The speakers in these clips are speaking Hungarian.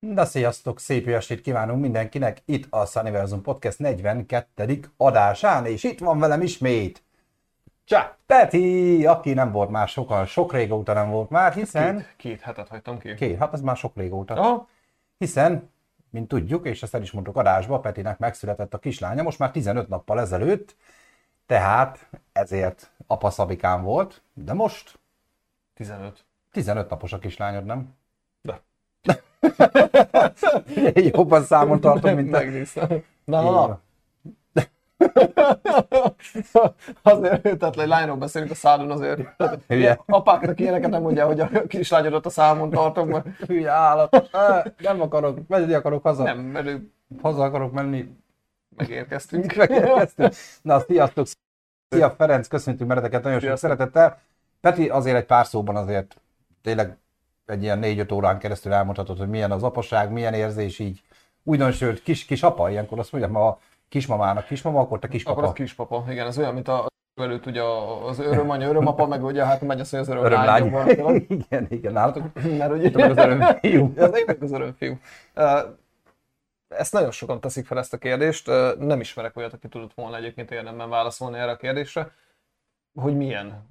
Na sziasztok, szép jó estét kívánunk mindenkinek itt a Sunniversum Podcast 42. adásán, és itt van velem ismét Csá! Peti, aki nem volt már sok régóta nem volt már, hiszen... Két hetet hagytam ki. Hát ez már sok régóta. Aha. Hiszen, mint tudjuk, és ezt el is mondtuk adásba, Petinek megszületett a kislánya, most már 15 nappal ezelőtt, tehát ezért apa Szabikán volt, de most 15 napos a kislányod, nem? De. Jobban számon tartom, mint megnéztem. Na. Azért, tehát egy lányról beszélünk a szádon azért. Apáknak ilyeneket nem mondja, hogy a kislányodat a számon tartom, mert hülye állat. Nem akarok, menni akarok haza. Nem, mert haza akarok menni. Megérkeztünk. Na, sziasztok! Szia Ferenc, köszöntünk mereteket nagyon sok szeretettel. Peti, azért egy pár szóban azért tényleg egy ilyen 4-5 órán keresztül elmondhatod, hogy milyen az apaság, milyen érzés így újdonsült kis apa, ilyenkor azt mondjam, ha a kismamának kismama, akkor te kispapa. Akkor az kispapa, igen, ez olyan, mint az előtt ugye az örömanya, örömapa, meg ugye hát megy az, hogy az örömlány. Igen, nálatok. Mert ugye az örömfiú. Ez én az örömfiú. Ezt nagyon sokan teszik fel ezt a kérdést, nem ismerek olyat, aki tudott volna egyébként érdemben válaszolni erre a kérdésre, hogy milyen.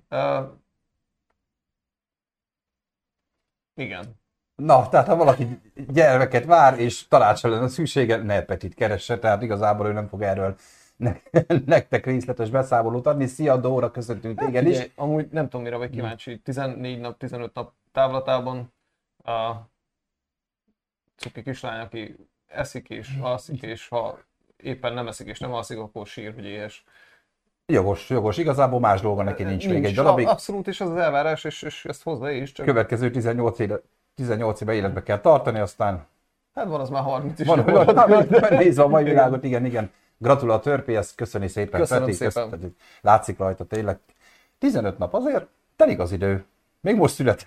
Igen. Na, tehát ha valaki gyermeket vár, és tanácsra lenne szüksége, ne Petit keresse, tehát igazából ő nem fog erről nektek részletes beszámolót adni. Szia Dóra, köszöntünk téged is. Amúgy nem tudom, mire vagy kíváncsi, 14 nap, 15 nap távlatában a cuki kislány, aki eszik és alszik, és ha éppen nem eszik és nem alszik, akkor sír, hogy éhes. Jogos. Igazából más dolga neki nincs még egy darabig. Abszolút, és az elvárás, és ezt hozzá is. Csak... Következő 18 éve életbe kell tartani, aztán... Hát van az már 30 is. Nézve a mai világot, igen. Gratulál a törpéhez, köszöni szépen. Köszönöm szépen. Látszik rajta tényleg. 15 nap azért, telik az idő. Még most született.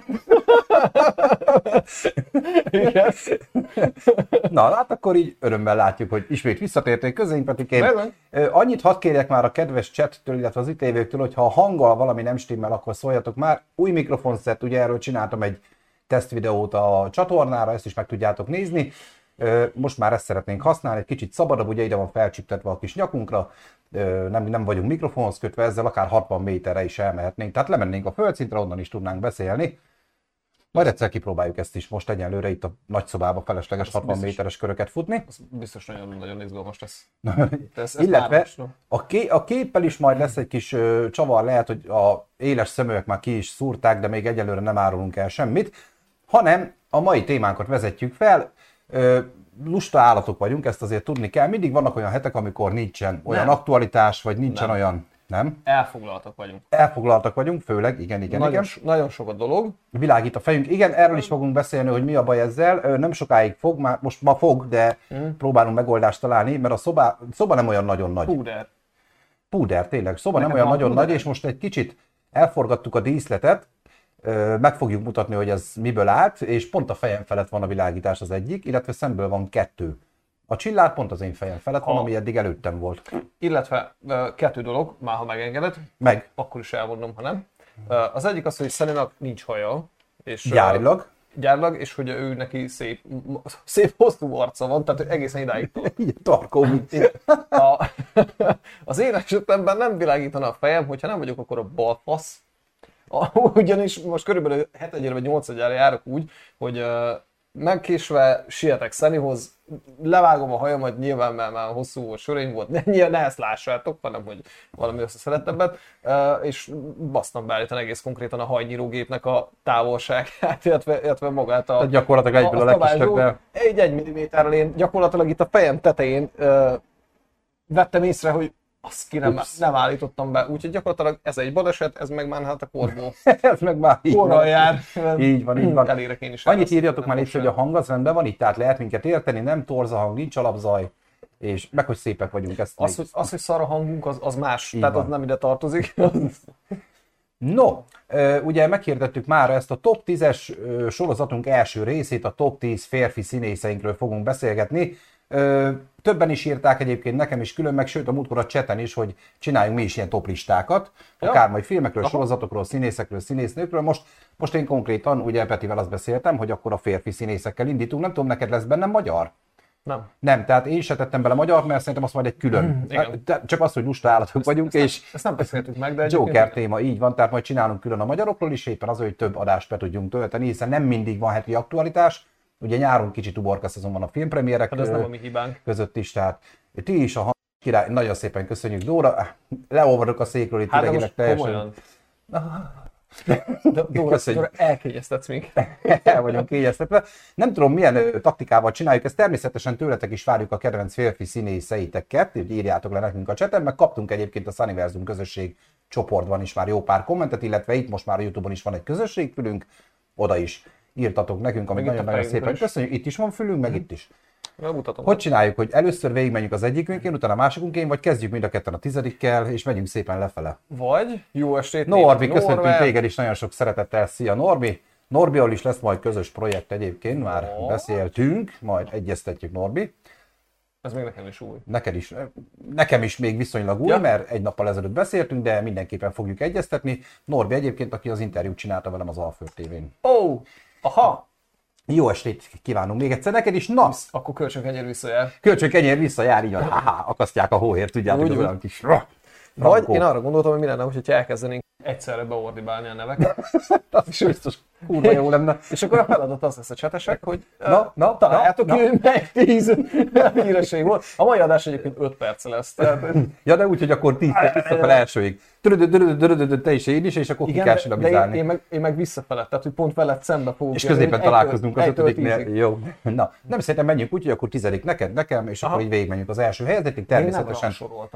Igen. Na, hát akkor így örömmel látjuk, hogy ismét visszatérték közénk, Petikém. Annyit hadd kérjek már a kedves chattől, illetve az itt lévőktől, hogy ha a hanggal valami nem stimmel, akkor szóljatok már. Új mikrofonszett, ugye erről csináltam egy tesztvideót a csatornára, ezt is meg tudjátok nézni. Most már ezt szeretnénk használni, egy kicsit szabadabb, ugye ide van felcsiptetve a kis nyakunkra, nem vagyunk mikrofonhoz kötve, ezzel akár 60 méterre is elmehetnénk, tehát lemennénk a földszintre, onnan is tudnánk beszélni. Majd egyszer kipróbáljuk ezt is, most egyenlőre itt a nagyszobába felesleges 60 méteres köröket futni. Ez biztos nagyon izgalmas lesz. Illetve a képpel is majd lesz egy kis csavar, lehet, hogy a éles szemüveg már ki is szúrták, de még egyelőre nem árulunk el semmit, hanem a mai témánkat vezetjük fel. Lusta állatok vagyunk, ezt azért tudni kell. Mindig vannak olyan hetek, amikor nincsen olyan aktualitás, vagy nincsen olyan... Nem? Elfoglaltak vagyunk, főleg, igen. Nagyon sok a dolog. Világít a fejünk. Igen, erről is fogunk beszélni, hogy mi a baj ezzel. Nem sokáig fog, most ma fog, de próbálunk megoldást találni, mert a szoba nem olyan nagyon nagy. Púder, tényleg. Szoba nem olyan nagyon nagy, és most egy kicsit elforgattuk a díszletet, meg fogjuk mutatni, hogy ez miből állt, és pont a fejem felett van a világítás az egyik, illetve szemből van 2. A csillár pont az én fejem felett van, ami eddig előttem volt. Illetve 2 dolog, már ha megengeded, akkor is elmondom, ha nem. Az egyik az, hogy Sunnynak nincs haja. És, gyárilag, és hogy ő neki szép hosszú arca van, tehát egészen idáig tarkó. Az én esetemben nem világítana a fejem, hogyha nem vagyok akkor a balfasz. Ugyanis most körülbelül 7 vagy 8 járok úgy, hogy megkésve sietek Sunnyhoz, levágom a hajamat, nyilván mert már hosszú volt, sörény volt, ne ezt lássátok, hanem hogy valami összeszerettebbet, és basztam beállítani egész konkrétan a hajnyírógépnek a távolságát, illetve magát a... Gyakorlatilag egyből a legkisebben. Egy milliméterrel én gyakorlatilag itt a fejem tetején vettem észre, hogy azt ki nem állítottam be, úgyhogy gyakorlatilag ez egy baleset, ez meg már hát a korból. Ez meg már korral jár. Így van. Elérek én is. Annyit írjatok már itt, hogy a hang az rendben van, itt tehát lehet minket érteni, nem torz a hang, nincs alapzaj, és meg hogy szépek vagyunk. Az, hogy szar a hangunk, az más, így tehát van. Az nem ide tartozik. No, ugye meghirdettük már ezt a top 10-es sorozatunk első részét, a top 10 férfi színészeinkről fogunk beszélgetni. Többen is írták egyébként nekem is külön, meg sőt a múltkor a chaten is, hogy csináljunk mi is ilyen toplistákat, akár majd filmekről, sorozatokról, színészekről, színésznőkről. Most én konkrétan, ugye Petivel azt beszéltem, hogy akkor a férfi színészekkel indítunk. Nem tudom, neked lesz bennem magyar? Nem, tehát én se tettem bele magyar, mert szerintem azt majd egy külön. Csak az, hogy lusta állatok vagyunk, és ezt nem beszéltük meg, de Joker téma, így van, tehát majd csinálunk külön a magyarokról is, éppen az, hogy több adást be tudjunk tölteni, hiszen nem mindig van heti aktualitás. Ugye nyáron kicsit uborka szezon van a filmpremierek ez nem a mi hibánk között is, tehát ti is a király, nagyon szépen köszönjük, Dóra, leolvadok a székről itt idegileg teljesen. Dóra, elkényeztetsz még. El vagyunk kényeztetve. Nem tudom, milyen taktikával csináljuk ezt, természetesen tőletek is várjuk a kedvenc férfi színészeiteket, hogy írjátok le nekünk a chaten, meg kaptunk egyébként a Sunnyversum közösség csoportban is már jó pár kommentet, illetve itt most már a YouTube-on is van egy közösségfülünk, oda is írtatok nekünk, amit nagyon-nagyon szépen köszönjük. Itt is van fülünk, meg itt is. Hogy csináljuk, hogy először végigmenjünk az egyikünkén, utána a másikunkén, vagy kezdjük mind a ketten a 10-kel, és megyünk szépen lefele. Vagy jó estét! Norbi, köszöntünk téged is nagyon sok szeretettel. Szia Norbi! Norbival is lesz majd közös projekt egyébként, már beszéltünk, majd egyeztetjük Norbi. Ez még nekem is új. Nekem is még viszonylag új, mert egy nappal ezelőtt beszéltünk, de mindenképpen fogjuk egyeztetni. Norbi egyébként, aki az interjút csinálta velem az Alföld TV-n. Aha! Jó estét kívánunk még egyszer neked is, na! Akkor kölcsönkenyér visszajár. Kölcsönkenyér visszajár, így van. Akasztják a hóért, tudjátok, az olyan kis... Vagy én arra gondoltam, hogy mi lenne, hogyha elkezdenénk egyszerre beordibálni a neveket. Az is biztos kurva jó lenne. És akkor a feladat az lesz a csetesek, hogy találjátok ki, hogy melyik 10 híresség volt. A mai adás egyébként 5 perc lesz. Tehát... Ja, de úgy, hogy akkor 10 perc visszafele elsőig. Te is, én is, és akkor ki kell silabizálni. Én meg visszafele, tehát hogy pont veled szembe fogunk. És középen találkozunk az 5-nél. Jó. Na, nem szerintem menjünk úgy, hogy akkor 10 neked, nekem, és akkor így végigmenjünk az első helyezetig. Természetesen.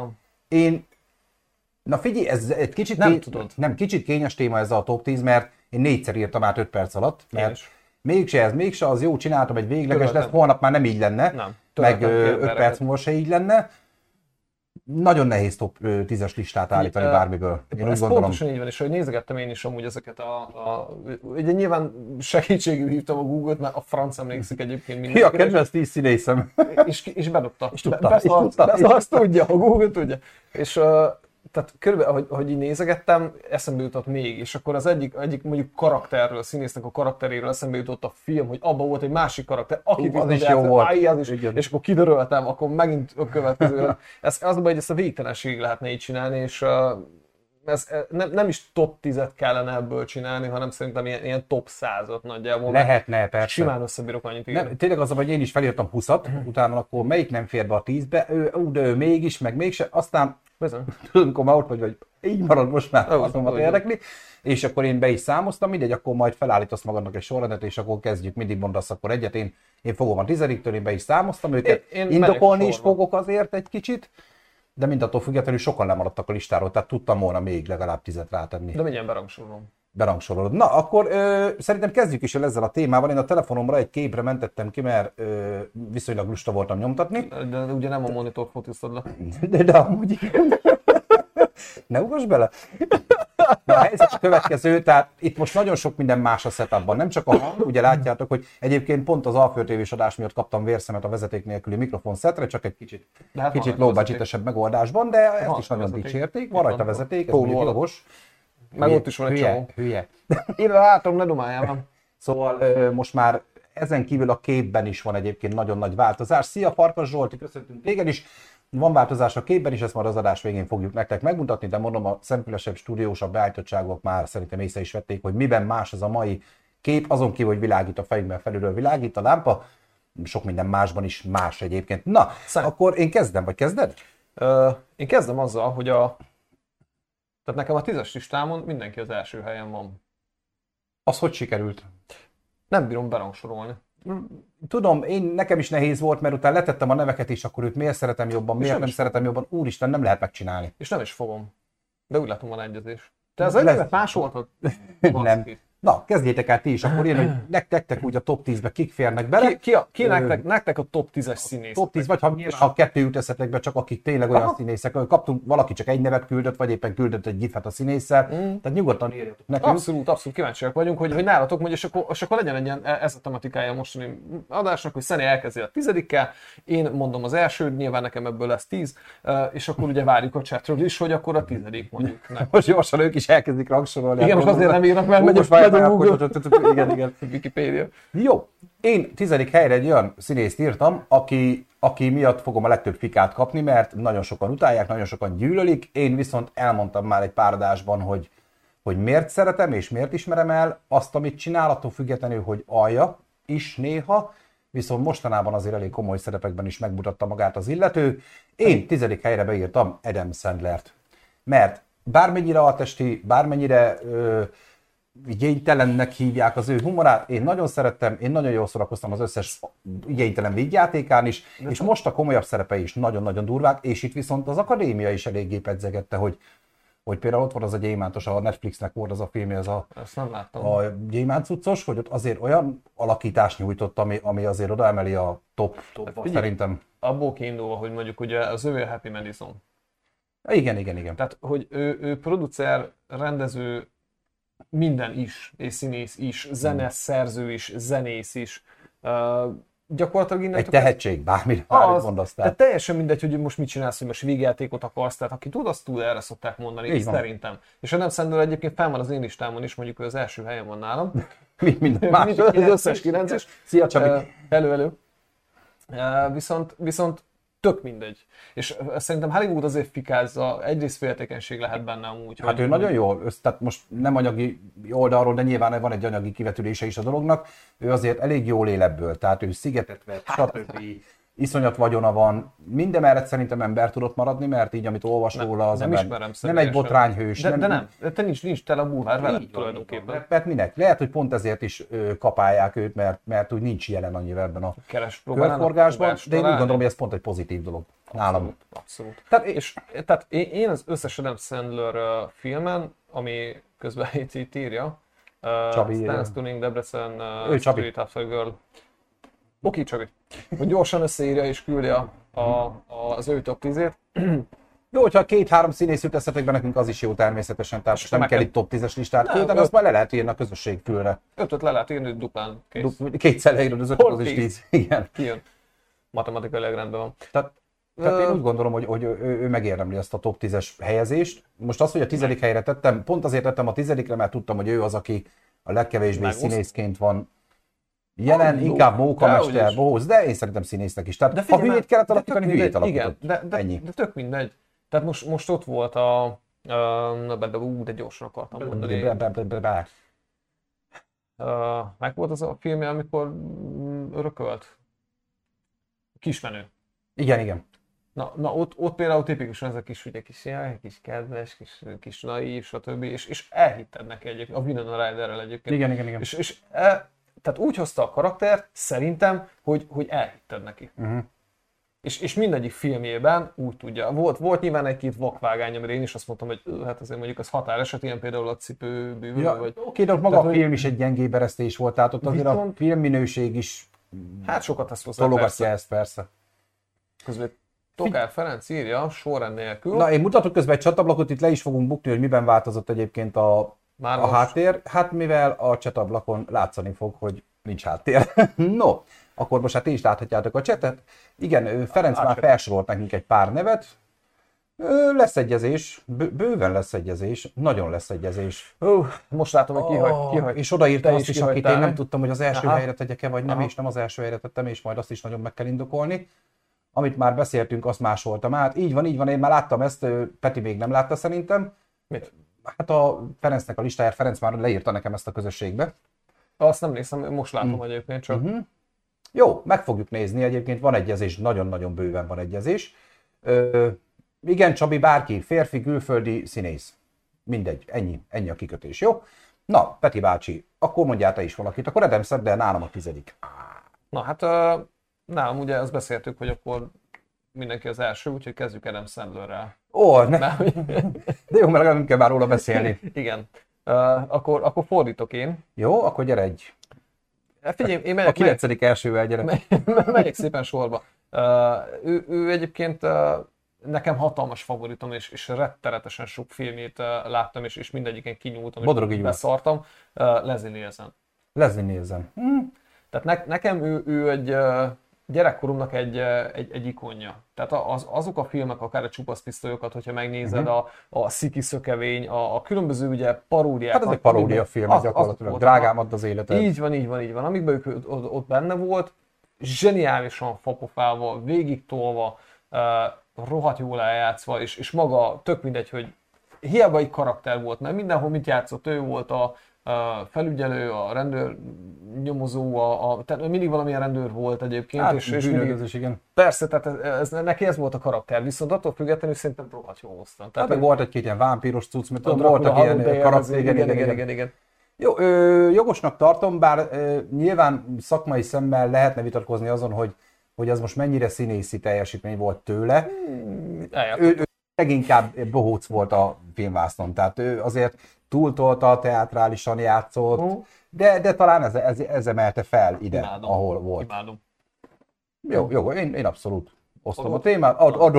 Na figyelj, ez egy kicsit, kicsit kényes téma ez a top 10, mert én 4-szer írtam át 5 perc alatt, mert mégse az jó, csináltam egy végleges, de holnap már nem így lenne, meg 5 perc múlva se így lenne. Nagyon nehéz top 10-es listát állítani bármiből. Én úgy gondolom. Pontosan így van, és hogy nézegettem én is amúgy ezeket ugye nyilván segítségül hívtam a Google-t, mert a franc emlékszik egyébként mindenki. Ja, kedves 10 színészem. És bedobta. Azt tudja, a Google tudja. És tehát körülbelül, ahogy így nézegettem, eszembe jutott még, és akkor az egyik mondjuk karakterről, színésznek a karakteréről eszembe jutott a film, hogy abban volt egy másik karakter, akit az is jó volt. És akkor kidöröltem, akkor megint a következő. Az a baj, hogy ezt a végtelenség lehetne így csinálni, és nem is top 10-et kellene ebből csinálni, hanem szerintem ilyen top 100-ot nagyjából. Lehetne, persze. Simán összebírok annyit, igen. Nem, tényleg az, hogy én is felírtam 20-at, utána akkor melyik nem fér be a 10-be, de ő mégis, meg mégse, aztán amikor már ott vagy, hogy így marad most már azomat érdekli, és akkor én be is számoztam, mindegy, akkor majd felállítasz magadnak egy sorrendet, és akkor kezdjük, mindig mondasz akkor egyet, én fogom a 10-től, én be is számoztam őket, indokolni is fogok azért egy kicsit, de mindattól függetlenül sokan lemaradtak a listáról, tehát tudtam volna még legalább 10-et rátenni. De mindjárt berangsorolom. Berangsorolod. Na, akkor szerintem kezdjük is el ezzel a témával. Én a telefonomra egy képre mentettem ki, mert viszonylag lusta voltam nyomtatni. De ugye nem a monitor fotóztad le. De amúgy igen. Ne ugass bele. Na, a helyzet a következő, tehát itt most nagyon sok minden más a setupban, nem csak a hang, ugye látjátok, hogy egyébként pont az Alföld TV-s adás miatt kaptam vérszemet a vezeték nélküli mikrofon szetre, csak egy kicsit low budgetesebb megoldásban, de ezt is nagyon dicsérték, van rajta vezeték, ez mondjuk jogos. Meg ott is van egy csomó. Hülye. Én látom, ne domáljál már. Szóval most már ezen kívül a képben is van egyébként nagyon nagy változás. Szia Farkas Zsolti, köszöntünk téged is. Van változás a képben is, ezt már az adás végén fogjuk nektek megmutatni, de mondom, a szempülesebb, stúdiósabb beállítottságok már szerintem észre is vették, hogy miben más ez a mai kép, azon kívül, hogy világít a fejünkben, felülről világít a lámpa, sok minden másban is más egyébként. Na, akkor én kezdem, vagy kezded? Én kezdem azzal, hogy tehát nekem a 10-es listámon mindenki az első helyen van. Az hogy sikerült? Nem bírom berangsorolni. Tudom, nekem is nehéz volt, mert utána letettem a neveket, és akkor őt miért szeretem jobban, miért nem szeretem jobban, úristen, nem lehet megcsinálni. És nem is fogom. De úgy látom, van egyezés. Te az egyébként másoltad? Na, kezdjétek el ti is akkor írni, hogy nektek úgy a top 10-be kik férnek bele. Ki nektek a top 10-es színész? Top 10, vagy ha kettő jut eszetekbe, csak akik tényleg olyan színészek, kaptunk, valaki csak egy nevet küldött, vagy éppen küldött egy gifet a színésszel, tehát nyugodtan írjatok nekünk. Abszolút kíváncsiak vagyunk, hogy nálatok megy, és akkor legyen egy ilyen, ez a tematikája mostani adásnak, hogy Szeni elkezdi a 10-kel, én mondom az elsőt, nyilván nekem ebből lesz 10, és akkor ugye várjuk a chatről is, hogy akkor a 10. mondjuk. Most gyorsan ők is elkezdik rangsorolni. Igen, most azért nem írnak, mert most igen. Wikipédia. Jó, én 10. helyre egy olyan színészt írtam, aki miatt fogom a legtöbb fikát kapni, mert nagyon sokan utálják, nagyon sokan gyűlölik. Én viszont elmondtam már egy pár adásban, hogy miért szeretem és miért ismerem el azt, amit csinál, attól függetlenül, hogy alja is néha, viszont mostanában azért elég komoly szerepekben is megmutatta magát az illető. Én 10. helyre beírtam Adam Sandlert, mert bármennyire altesti, bármennyire igénytelennek hívják az ő humorát, én nagyon szerettem, én nagyon jól szórakoztam az összes igénytelen vígjátékán is, és most a komolyabb szerepei is nagyon-nagyon durvák, és itt viszont az akadémia is eléggé pedzegette, hogy például ott van az a gyémántos, a Netflixnek volt az a filmje, ezt nem láttam. A gyémánt cuccos, hogy ott azért olyan alakítást nyújtott, ami azért odaemeli a topba szerintem. Abból kiindulva, hogy mondjuk ugye az övé Happy Madison. Igen. Tehát, hogy ő producer, rendező, minden is, és színész is, szerző is, zenész is. Gyakorlatilag innen... Egy tehetség, bármire mondasz. Tehát teljesen mindegy, hogy most mit csinálsz, hogy most vígjátékot akarsz, tehát aki tud, azt tud, erre szokták mondani, szerintem. És Adam Sandler egyébként fel van az én listámon is, mondjuk ő az első helyen van nálam. Mint az összes 9-es. Szia Csabi! Elő. Viszont tök mindegy. És szerintem Hollywood azért fikázza, egyrészt féltékenység lehet benne amúgy. Hát ő nagyon jó, tehát most nem anyagi oldalról, de nyilván van egy anyagi kivetülése is a dolognak. Ő azért elég jól él ebből, tehát ő szigetet vett, stb. Iszonyat vagyona van. Mindemellett szerintem ember tudott maradni, mert így, amit olvas róla, az ember nem egy botrányhős. De nem, te nincs tele a bulvár veled tulajdonképpen. Mert minek? Lehet, hogy pont ezért is kapálják őt, mert úgy nincs jelen annyira ebben a körforgásban, de én úgy gondolom, hogy ez pont egy pozitív dolog nálam. Abszolút. Tehát én az összes Adam Sandler filmen, ami közben itt írja, Stan Tuning, Debrecen, Street After Girl. Oké, Csabi, hogy gyorsan összeírja és küldi az ő top 10-ét. Jó, hogyha 2-3 színész jut eszetekbe, nekünk az is jó természetesen, tehát nem kell itt top 10-es listát küldeni, azt már le lehet írni a közösség fülre. 5-öt le lehet írni duplán, kész. Kétszer leírod az 5, az is 10. Igen. Kijön. Matematikailag rendben van. Tehát én úgy gondolom, hogy ő megérdemli ezt a top 10-es helyezést. Most azt, hogy a 10. helyre tettem, pont azért tettem a 10-re, mert tudtam, hogy ő az, aki a legkevésbé színészként van jelen, inkább mókamester, bohóz, de én szerintem színésznek is. Tehát ha hülyét kellett alakítani, hülyét alakított. Igen, de tök mindegy. Tehát most ott volt de gyorsan akartam mondani. Meg volt az a filmje, amikor örökölt? Kismenő. Igen. Na ott például tipikusan ez a kis kis kedves, kis naív, stb. És elhitted neki egyébként, a Winona Ryderrel egyébként. Igen. És tehát úgy hozta a karaktert, szerintem, hogy elhitted neki. És mindegyik filmjében úgy tudja. Volt nyilván egy-két vakvágány, amire én is azt mondtam, hogy hát azért mondjuk az határeset, ilyen például a cipőbűvő. Ja, oké, de maga a film is egy gyengébb eresztés volt, tehát ott azért a filmminőség is hát sokat tesz hozzá, tologatja ezt persze. Közben Tokár Ferenc írja, sorrend nélkül. Na, én mutatok közben egy csatablakot, itt le is fogunk bukni, hogy miben változott egyébként a háttér. Hát mivel a csatablakon látszani fog, hogy nincs háttér. No, akkor most hát ti is láthatjátok a csetet. Igen, Ferenc már felsorolt nekünk egy pár nevet. Lesz egyezés, bőven lesz egyezés, nagyon lesz egyezés. Most látom, hogy kihagy. És odaírta azt is, akit én nem tudtam, hogy az első helyre tegyek-e, vagy nem, és nem az első helyre tettem, és majd azt is nagyon meg kell indokolni. Amit már beszéltünk, azt másoltam át. Így van, én már láttam ezt, Peti még nem látta szerintem. Mit? Hát a Ferencnek a listáját, Ferenc már leírta nekem ezt a közösségbe. Azt nem nézem, most látom egyébként csak. Jó, meg fogjuk nézni, egyébként van egyezés, nagyon-nagyon bőven van egyezés. Igen, Csabi, bárki, férfi, külföldi, színész. Mindegy, ennyi a kikötés, jó? Na, Peti bácsi, akkor mondjál te is valakit, akkor Adam Sandler nálam a 10. Na hát nálam ugye azt beszéltük, hogy akkor mindenki az első, úgyhogy kezdjük Adam Sandlerrel. De jó, mert legalább nem kell már róla beszélni. Igen. Akkor fordítok én. Jó, akkor gyere egy. Figyelj, én A 9. elsővel gyere. megyek szépen sorba. Ő egyébként nekem hatalmas favoritom, és rettenetesen sok filmét láttam, és mindegyiken kinyúltam, és beszartam. Leslie Nielsen. Leslie Nielsen. Tehát nekem ő egy gyerekkoromnak egy ikonja. Tehát azok a filmek, akár a csupaszpisztolyokat, hogyha megnézed, a Sziki Szökevény, a különböző ugye paródiák. Hát ez egy paródia film, gyakorlatilag. Drágám add az életed. Így van. Amikben ott benne volt, zseniálisan fapofálva, végigtolva, rohadt jól eljátszva, és maga tök mindegy, hogy hiába egy karakter volt, mert mindenhol mit játszott, ő volt a felügyelő, a rendőr nyomozó, tehát mindig valamilyen rendőr volt egyébként. Hát, és mindig, igen. Persze, tehát neki ez volt a karakter, viszont attól függetlenül szerintem rohadt jól hoztam. Tehát meg volt egy-két ilyen vámpíros cucc, mert voltak ilyen karakterek. Igen. Jó, jogosnak tartom, bár nyilván szakmai szemmel lehetne vitatkozni azon, hogy az most mennyire színészi teljesítmény volt tőle. Ő leginkább bohóc volt a filmvásznon, tehát ő azért túltolta, teátrálisan játszott, de talán ez emelte fel ide, ahol volt. Imádom. Jó, én abszolút osztom a témát,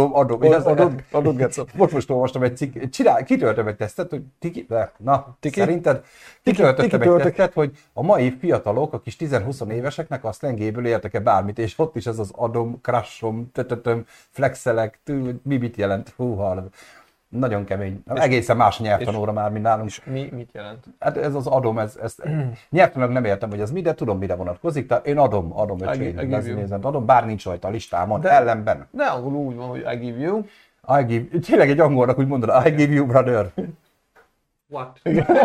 adod Geco. Most olvastam egy cikk, kitöltöm egy tesztet, hogy szerinted kitöltöttem egy tesztet, hogy a mai fiatalok, a kis 10-20 éveseknek a szlengéből értek-e bármit, és ott is ez az adom, crashom, flexelek, mit jelent, húha. Nagyon kemény. Egészen más nyelvtanóra már, mint nálunk. És mit jelent? Hát ez az adom, nyelvtanólag nem értem, hogy ez mi, de tudom, mire vonatkozik. Tehát én adom adom, bár nincs rajta a listámon, ellenben. De angolul úgy van, hogy I give you. Tényleg egy angolnak úgy mondod, I give you, brother. What?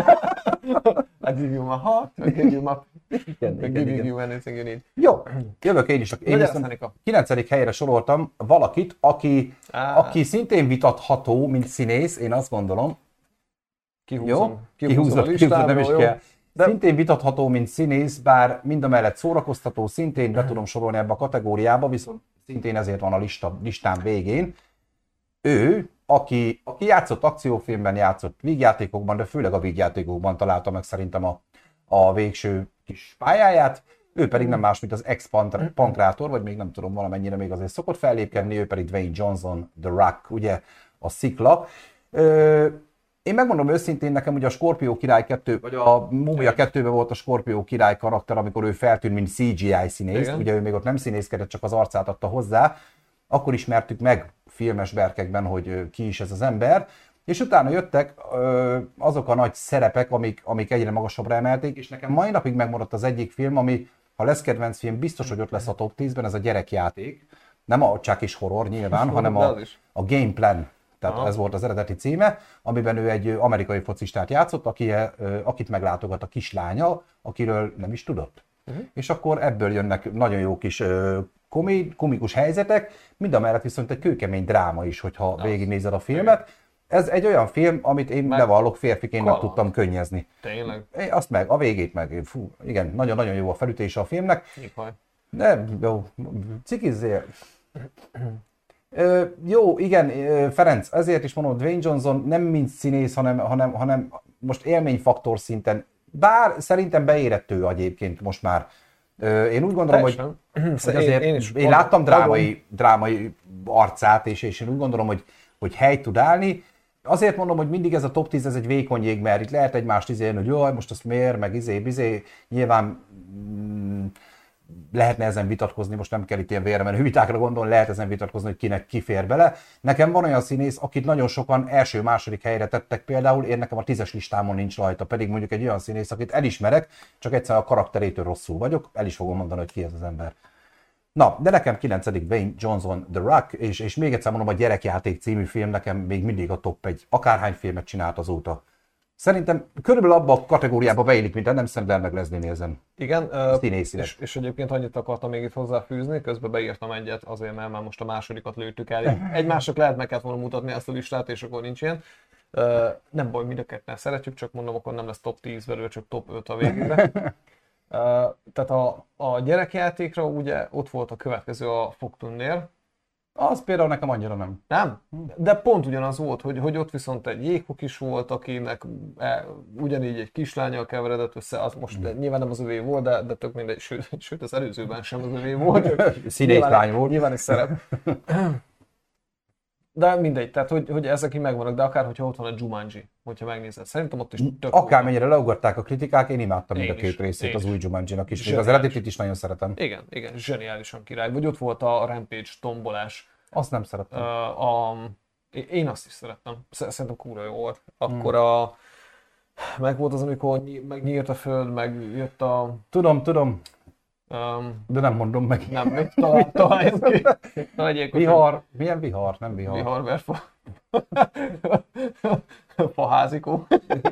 I give you my heart, I give you my... I give you anything you need. Jó, jövök én is. Én viszont 9. helyre soroltam valakit, aki szintén vitatható, mint színész, én azt gondolom. Kihúzom a listámról, nem is kell. Szintén vitatható, mint színész, bár mindamellett szórakoztató, szintén be tudom sorolni ebbe a kategóriába, viszont szintén ezért van a listám végén. Ő, aki játszott akciófilmben, játszott vígjátékokban, de főleg a vígjátékokban találta meg szerintem a végső kis pályáját. Ő pedig nem más, mint az ex-pankrátor, vagy még nem tudom, valamennyire még azért szokott fellépkedni, ő pedig Dwayne Johnson, The Rock, ugye a szikla. Én megmondom őszintén, nekem ugye a Skorpió Király 2, vagy a Múmia 2-ben volt a Skorpió Király karakter, amikor ő feltűnt, mint CGI színész, ugye ő még ott nem színészkedett, csak az arcát adta hozzá. Akkor ismertük meg filmes berkekben, hogy ki is ez az ember, és utána jöttek azok a nagy szerepek, amik egyre magasabbra emelték, és nekem mai napig megmaradt az egyik film, ami, ha lesz kedvenc film, biztos, hogy ott lesz a top 10-ben, ez a Gyerekjáték. Nem a csak is horror nyilván, hanem a Game Plan. Tehát ez volt az eredeti címe, amiben ő egy amerikai focistát játszott, akit meglátogat a kislánya, akiről nem is tudott. És akkor ebből jönnek nagyon jó kis komikus helyzetek, mindamellett viszont egy kőkemény dráma is, hogyha végignézed a filmet. Ez egy olyan film, amit én bevallok, férfiként meg tudtam könnyezni. Tényleg? Azt meg, a végét meg, igen, nagyon-nagyon jó a felütése a filmnek. De jó, cikizzél. Jó, igen, Ferenc, ezért is mondom, Dwayne Johnson nem mint színész, hanem most élményfaktor szinten, bár szerintem beérett ő egyébként most már. Én úgy gondolom, hogy azért én láttam drámai arcát, és én úgy gondolom, hogy helyt tud állni. Azért mondom, hogy mindig ez a top 10, ez egy vékony jég, mert itt lehet egymást izélni, hogy jaj, most azt miért, meg izé, nyilván lehetne ezen vitatkozni, most nem kell itt ilyen véremenő vitákra gondolni, lehet ezen vitatkozni, hogy kinek kifér bele. Nekem van olyan színész, akit nagyon sokan első-második helyre tettek például, én nekem a 10-es listámon nincs rajta, pedig mondjuk egy olyan színész, akit elismerek, csak egyszerűen a karakterétől rosszul vagyok, el is fogom mondani, hogy ki ez az ember. Na, de nekem 9. Dwayne Johnson, The Rock, és még egyszer mondom, a Gyerekjáték című film nekem még mindig a top 1, akárhány filmet csinált azóta. Szerintem körülbelül abba a kategóriába beillik, mint nem Sandler meg Leslie Nielsen. Igen, és egyébként annyit akartam még itt hozzáfűzni, közben beírtam egyet, azért mert már most a másodikat lőttük el. Egymásnak lehet meg kellett volna mutatni ezt a listát, és akkor nincs ilyen. Nem baj, mind a ketten szeretjük, csak mondom, akkor nem lesz top 10 belőle, csak top 5 a végére. Tehát a Gyerekjátékra ugye ott volt a következő, a Fogtundér, Az például nekem annyira nem. Nem? De pont ugyanaz volt, hogy ott viszont egy jéghok is volt, akinek ugyanígy egy kislányal keveredett össze, az most nyilván nem az övé volt, de tök mindegy, sőt az előzőben sem az övé volt. Színészlány volt. Nyilván egy szerep. De mindegy, tehát hogy ezek így megvannak, de akár hogyha ott van a Jumanji, hogyha megnézed. Szerintem ott is tök akármennyire leugatták a kritikák, én imádtam mind a két részét az új Jumanjinak is. Még az eredetit is nagyon szeretem. Igen, zseniálisan király. Vagy ott volt a Rampage tombolás. Azt nem szerettem. Én azt is szerettem. Szerintem kurva jó volt. Akkor meg volt az, amikor megnyírt a föld, meg jött a... Tudom. De nem mondom meg. Nem, még talán Vihar. Milyen vihar? Nem vihar. Viharverfa. Faházikó.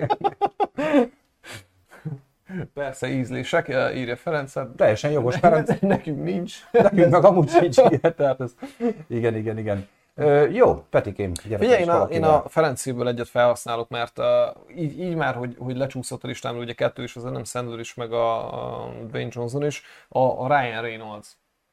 Persze ízlések, írja Ferenc. Teljesen jogos, Ferenc. Nekünk nincs. Nekünk meg amúgy sincs ilyen, tehát ez... Igen. Jó, Petikém, gyere. Figyelj, én a Ferencéből egyet felhasználok, mert így már, hogy lecsúszott a listámról, ugye 2 is, az Adam Sandler is, meg a Dwayne Johnson is, a Ryan Reynolds.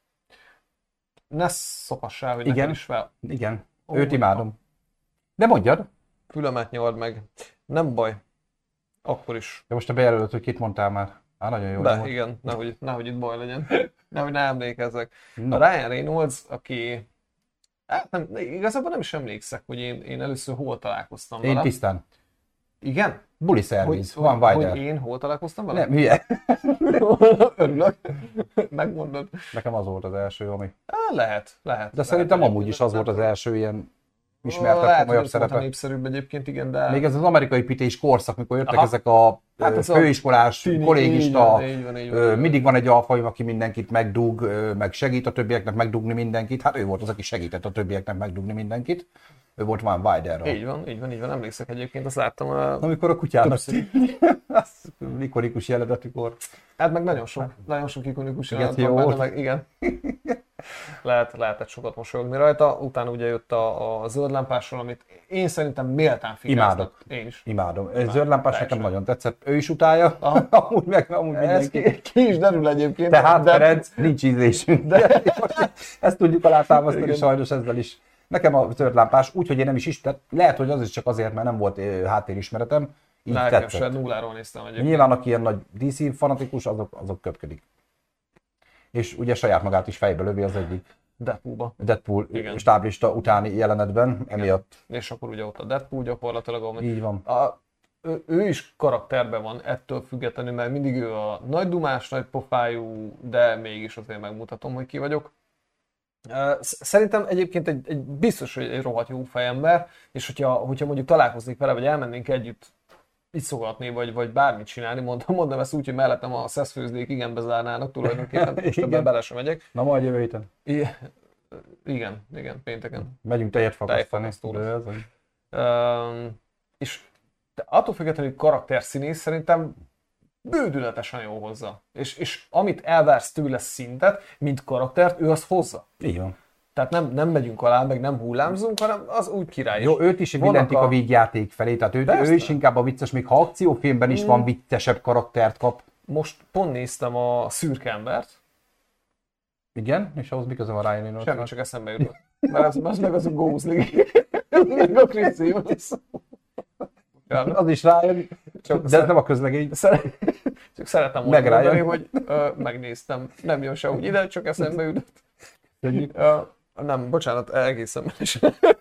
Ne szopassál, hogy neked is fel. Igen, őt imádom. De mondjad. Fülemet nyald meg. Nem baj. Akkor is. De most te bejelölöd, hogy kit mondtál már. Nagyon jó. De igen, nehogy itt baj legyen. Nehogy ne emlékezzek. No. A Ryan Reynolds, aki... Hát nem, igazából nem is emlékszek, hogy én először hol találkoztam vele. Én tisztán. Igen? Buli szerviz, van Wider. Hogy én hol találkoztam vele? Nem, hülye. Örülök. Megmondod. Nekem az volt az első, ami... Lehet. De szerintem amúgy is az volt az első ilyen ismertebb, komolyabb szerepe. Lehet, népszerűbb egyébként, igen, de... Még ez az amerikai pités korszak, mikor jöttek ezek a főiskolás, kollégista, így van. mindig van egy alfajom, aki mindenkit megdug, meg segít a többieknek megdugni mindenkit. Hát ő volt az, aki segített a többieknek megdugni mindenkit. Ő volt Van Widerra. Így van, emlékszek egyébként, azt láttam. Amikor a kutyának az ikonikus jelenetükor. Hát meg nagyon sok ikonikus jelenet van benne, meg igen. Lehetett sokat mosolyogni rajta, utána ugye jött a zöld lámpásról, amit én szerintem méltán figyeltem. Imádok. Én is. Imádom. Zöld lámpás nekem nagyon tetszett. Ő is utálja, amúgy mindenki. Ki is derül egyébként. Tehát Ferenc, nincs ízlésünk. De ezt tudjuk alátámasztani sajnos ezzel is. Nekem a zöld lámpás, úgyhogy én nem is lehet, hogy az is csak azért, mert nem volt háttérismeretem. Így nekem se, nulláról néztem egyébként. Nyilván aki ilyen nagy DC fanatikus, azok köpködik. És ugye saját magát is fejbe lövi az egyik Deadpool stáblista utáni jelenetben, emiatt. És akkor ugye ott a Deadpool gyakorlatilag, így van. Ő is karakterben van ettől függetlenül, mert mindig ő a nagy dumás, nagy pofájú, de mégis azért megmutatom, hogy ki vagyok. Szerintem egyébként egy biztos, hogy egy rohadt jó fejember, és hogyha mondjuk találkoznék vele, vagy elmennénk együtt iszogatni, vagy bármit csinálni, mondom ezt úgy, hogy mellettem a szeszfőzdék igen bezárnának tulajdonképpen, most ebben bele sem megyek. Na majd jövő héten. Igen, pénteken. Megyünk tejet fakasztani. És attól függetlenül karakterszínész szerintem bődületesen jó hozzá. És amit elvársz tőle szintet, mint karaktert, ő azt hozza. Így van. Tehát nem megyünk alá, meg nem hullámzunk, hanem az úgy király. Jó, őt is billentik a vígjáték felé, tehát ő is inkább a vicces, még ha akciófilmben is van viccesebb karaktert kap. Most pont néztem a Szürke embert. Igen? És ahhoz mi köze van Ryan Reynolds? Semmi, csak eszembe jutott. Mert az meg az a Gózlig. Meg a Chris Evans. Az is rájön, de ez nem a közlegény. Csak szeretem mondani, hogy megnéztem. Nem jön se úgy ide, csak eszembe jutott. Nem, bocsánat, egészen más.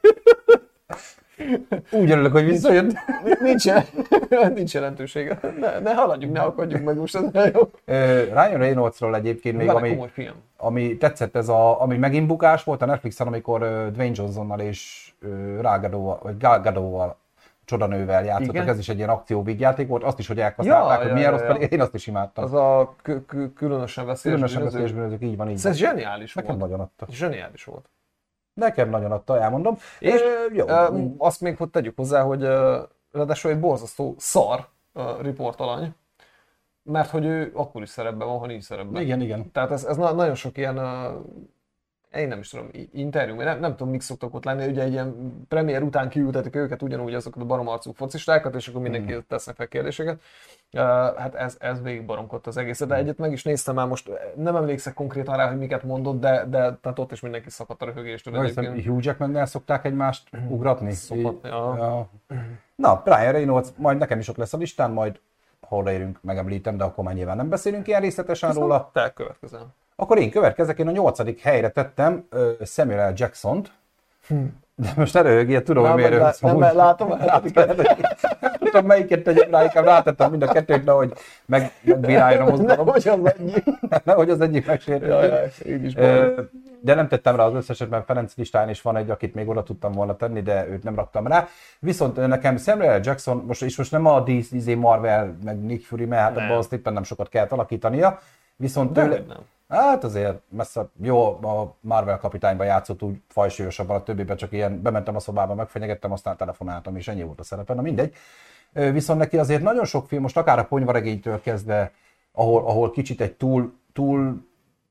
Úgy örülök, hogy visszajött. Nincs jelentősége. Ne haladjunk, ne akadjunk meg most, ez jó. Ryan Reynoldsról egyébként még, ami tetszett, ami megint bukás volt a Netflixen, amikor Dwayne Johnsonnal és Gal Gadotval, Csodanővel játszottak, igen? Ez is egy ilyen akcióvígjáték volt, azt is, hogy elkaszálták, hogy milyen rossz, pedig én azt is imádtam. Az a különösen veszélyes bűnözők, így van. Ez zseniális volt. Nekem nagyon adta. Zseniális volt. Nekem nagyon adta, elmondom. És jó. Azt még tegyük hozzá, hogy ráadásul egy borzasztó szar riportalany, mert hogy ő akkor is szerepben van, ha nincs szerepben. Igen. Tehát ez nagyon sok ilyen én nem is tudom, interjú, nem tudom, mik szoktak ott lenni, ugye egy ilyen premier után kiültetik őket ugyanúgy azokat a baromarcú focistákat, és akkor mindenki tesznek fel kérdéseket. Hát ez végig baromkodta az egészet, de egyet meg is néztem már most, nem emlékszek konkrétan rá, hogy miket mondott, de tehát ott is mindenki szakadt a röhögéstől. Hugh Jackmannel szokták egymást ugratni? Ja. Na, Ryan Reynolds, majd nekem is ott lesz a listán, majd hol érünk, megemlítem, de akkor már nyilván nem beszélünk ilyen részletesen róla. Te következel. Akkor én következek, én a 8. helyre tettem Samuel L. Jackson-t. De most ne röhögjél, tudom, hogy miért röhögsz. Nem, látom. Tudom, melyiket tegyem rá, inkább rátettem mind a kettőt, nehogy megbíráljon a mozgalom. Nehogy az egyik megsértődik. De nem tettem rá az összeset, mert Ferenc listán is van egy, akit még oda tudtam volna tenni, de őt nem raktam rá. Viszont nekem Samuel L. Jackson, most nem a DC Marvel, meg Nick Fury, mert hát abban azt éppen nem sokat kellett alakítania. Viszont tőle, hát azért messze, jó, a Marvel kapitányban játszott úgy fajsúlyosabban, a többiben csak ilyen, bementem a szobába, megfenyegettem, aztán telefonáltam, és ennyi volt a szerepe, na mindegy. Viszont neki azért nagyon sok film, most akár a Ponyvaregénytől kezdve, ahol kicsit egy túl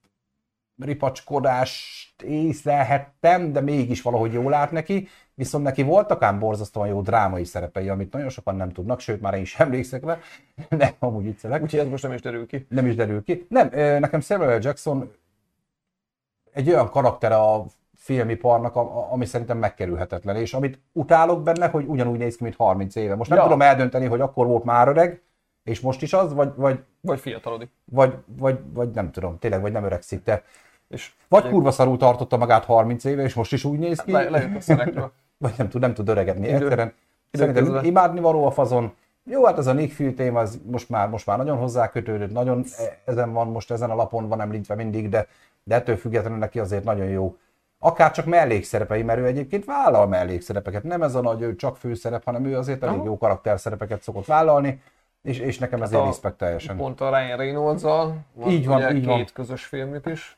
ripacskodást észlelhettem, de mégis valahogy jól állt neki, viszont neki voltak ám borzasztóan jó drámai szerepei, amit nagyon sokan nem tudnak, sőt már én is emlékszek rá, nem, amúgy viccelek. Úgyhogy ez most nem is derül ki. Nem is derül ki. Nem, nekem Samuel L. Jackson egy olyan karakter a filmiparnak, ami szerintem megkerülhetetlen, és amit utálok benne, hogy ugyanúgy néz ki, mint 30 éve. Most nem tudom eldönteni, hogy akkor volt már öreg, és most is az, vagy fiatalodik. Vagy nem tudom, tényleg, vagy nem öregszik, te. És vagy kurva szarul tartotta magát 30 éve, és most is úgy néz ki. Lejött a szerekről. Vagy nem tud öregedni. Egyszerűen szerintem imádni való a fazon. Jó, hát ez a Nick Fury téma, az most már nagyon hozzákötődött, nagyon ezen van, most ezen a lapon van említve mindig, de ettől függetlenül neki azért nagyon jó. Akár csak mellékszerepei, mert ő egyébként vállal mellékszerepeket. Nem ez a nagy, ő csak főszerep, hanem ő azért elég jó karakterszerepeket szokott vállalni, és nekem ezért respekt teljesen. Pont a Ryan Reynolds-al van, így van, így két közös filmük is.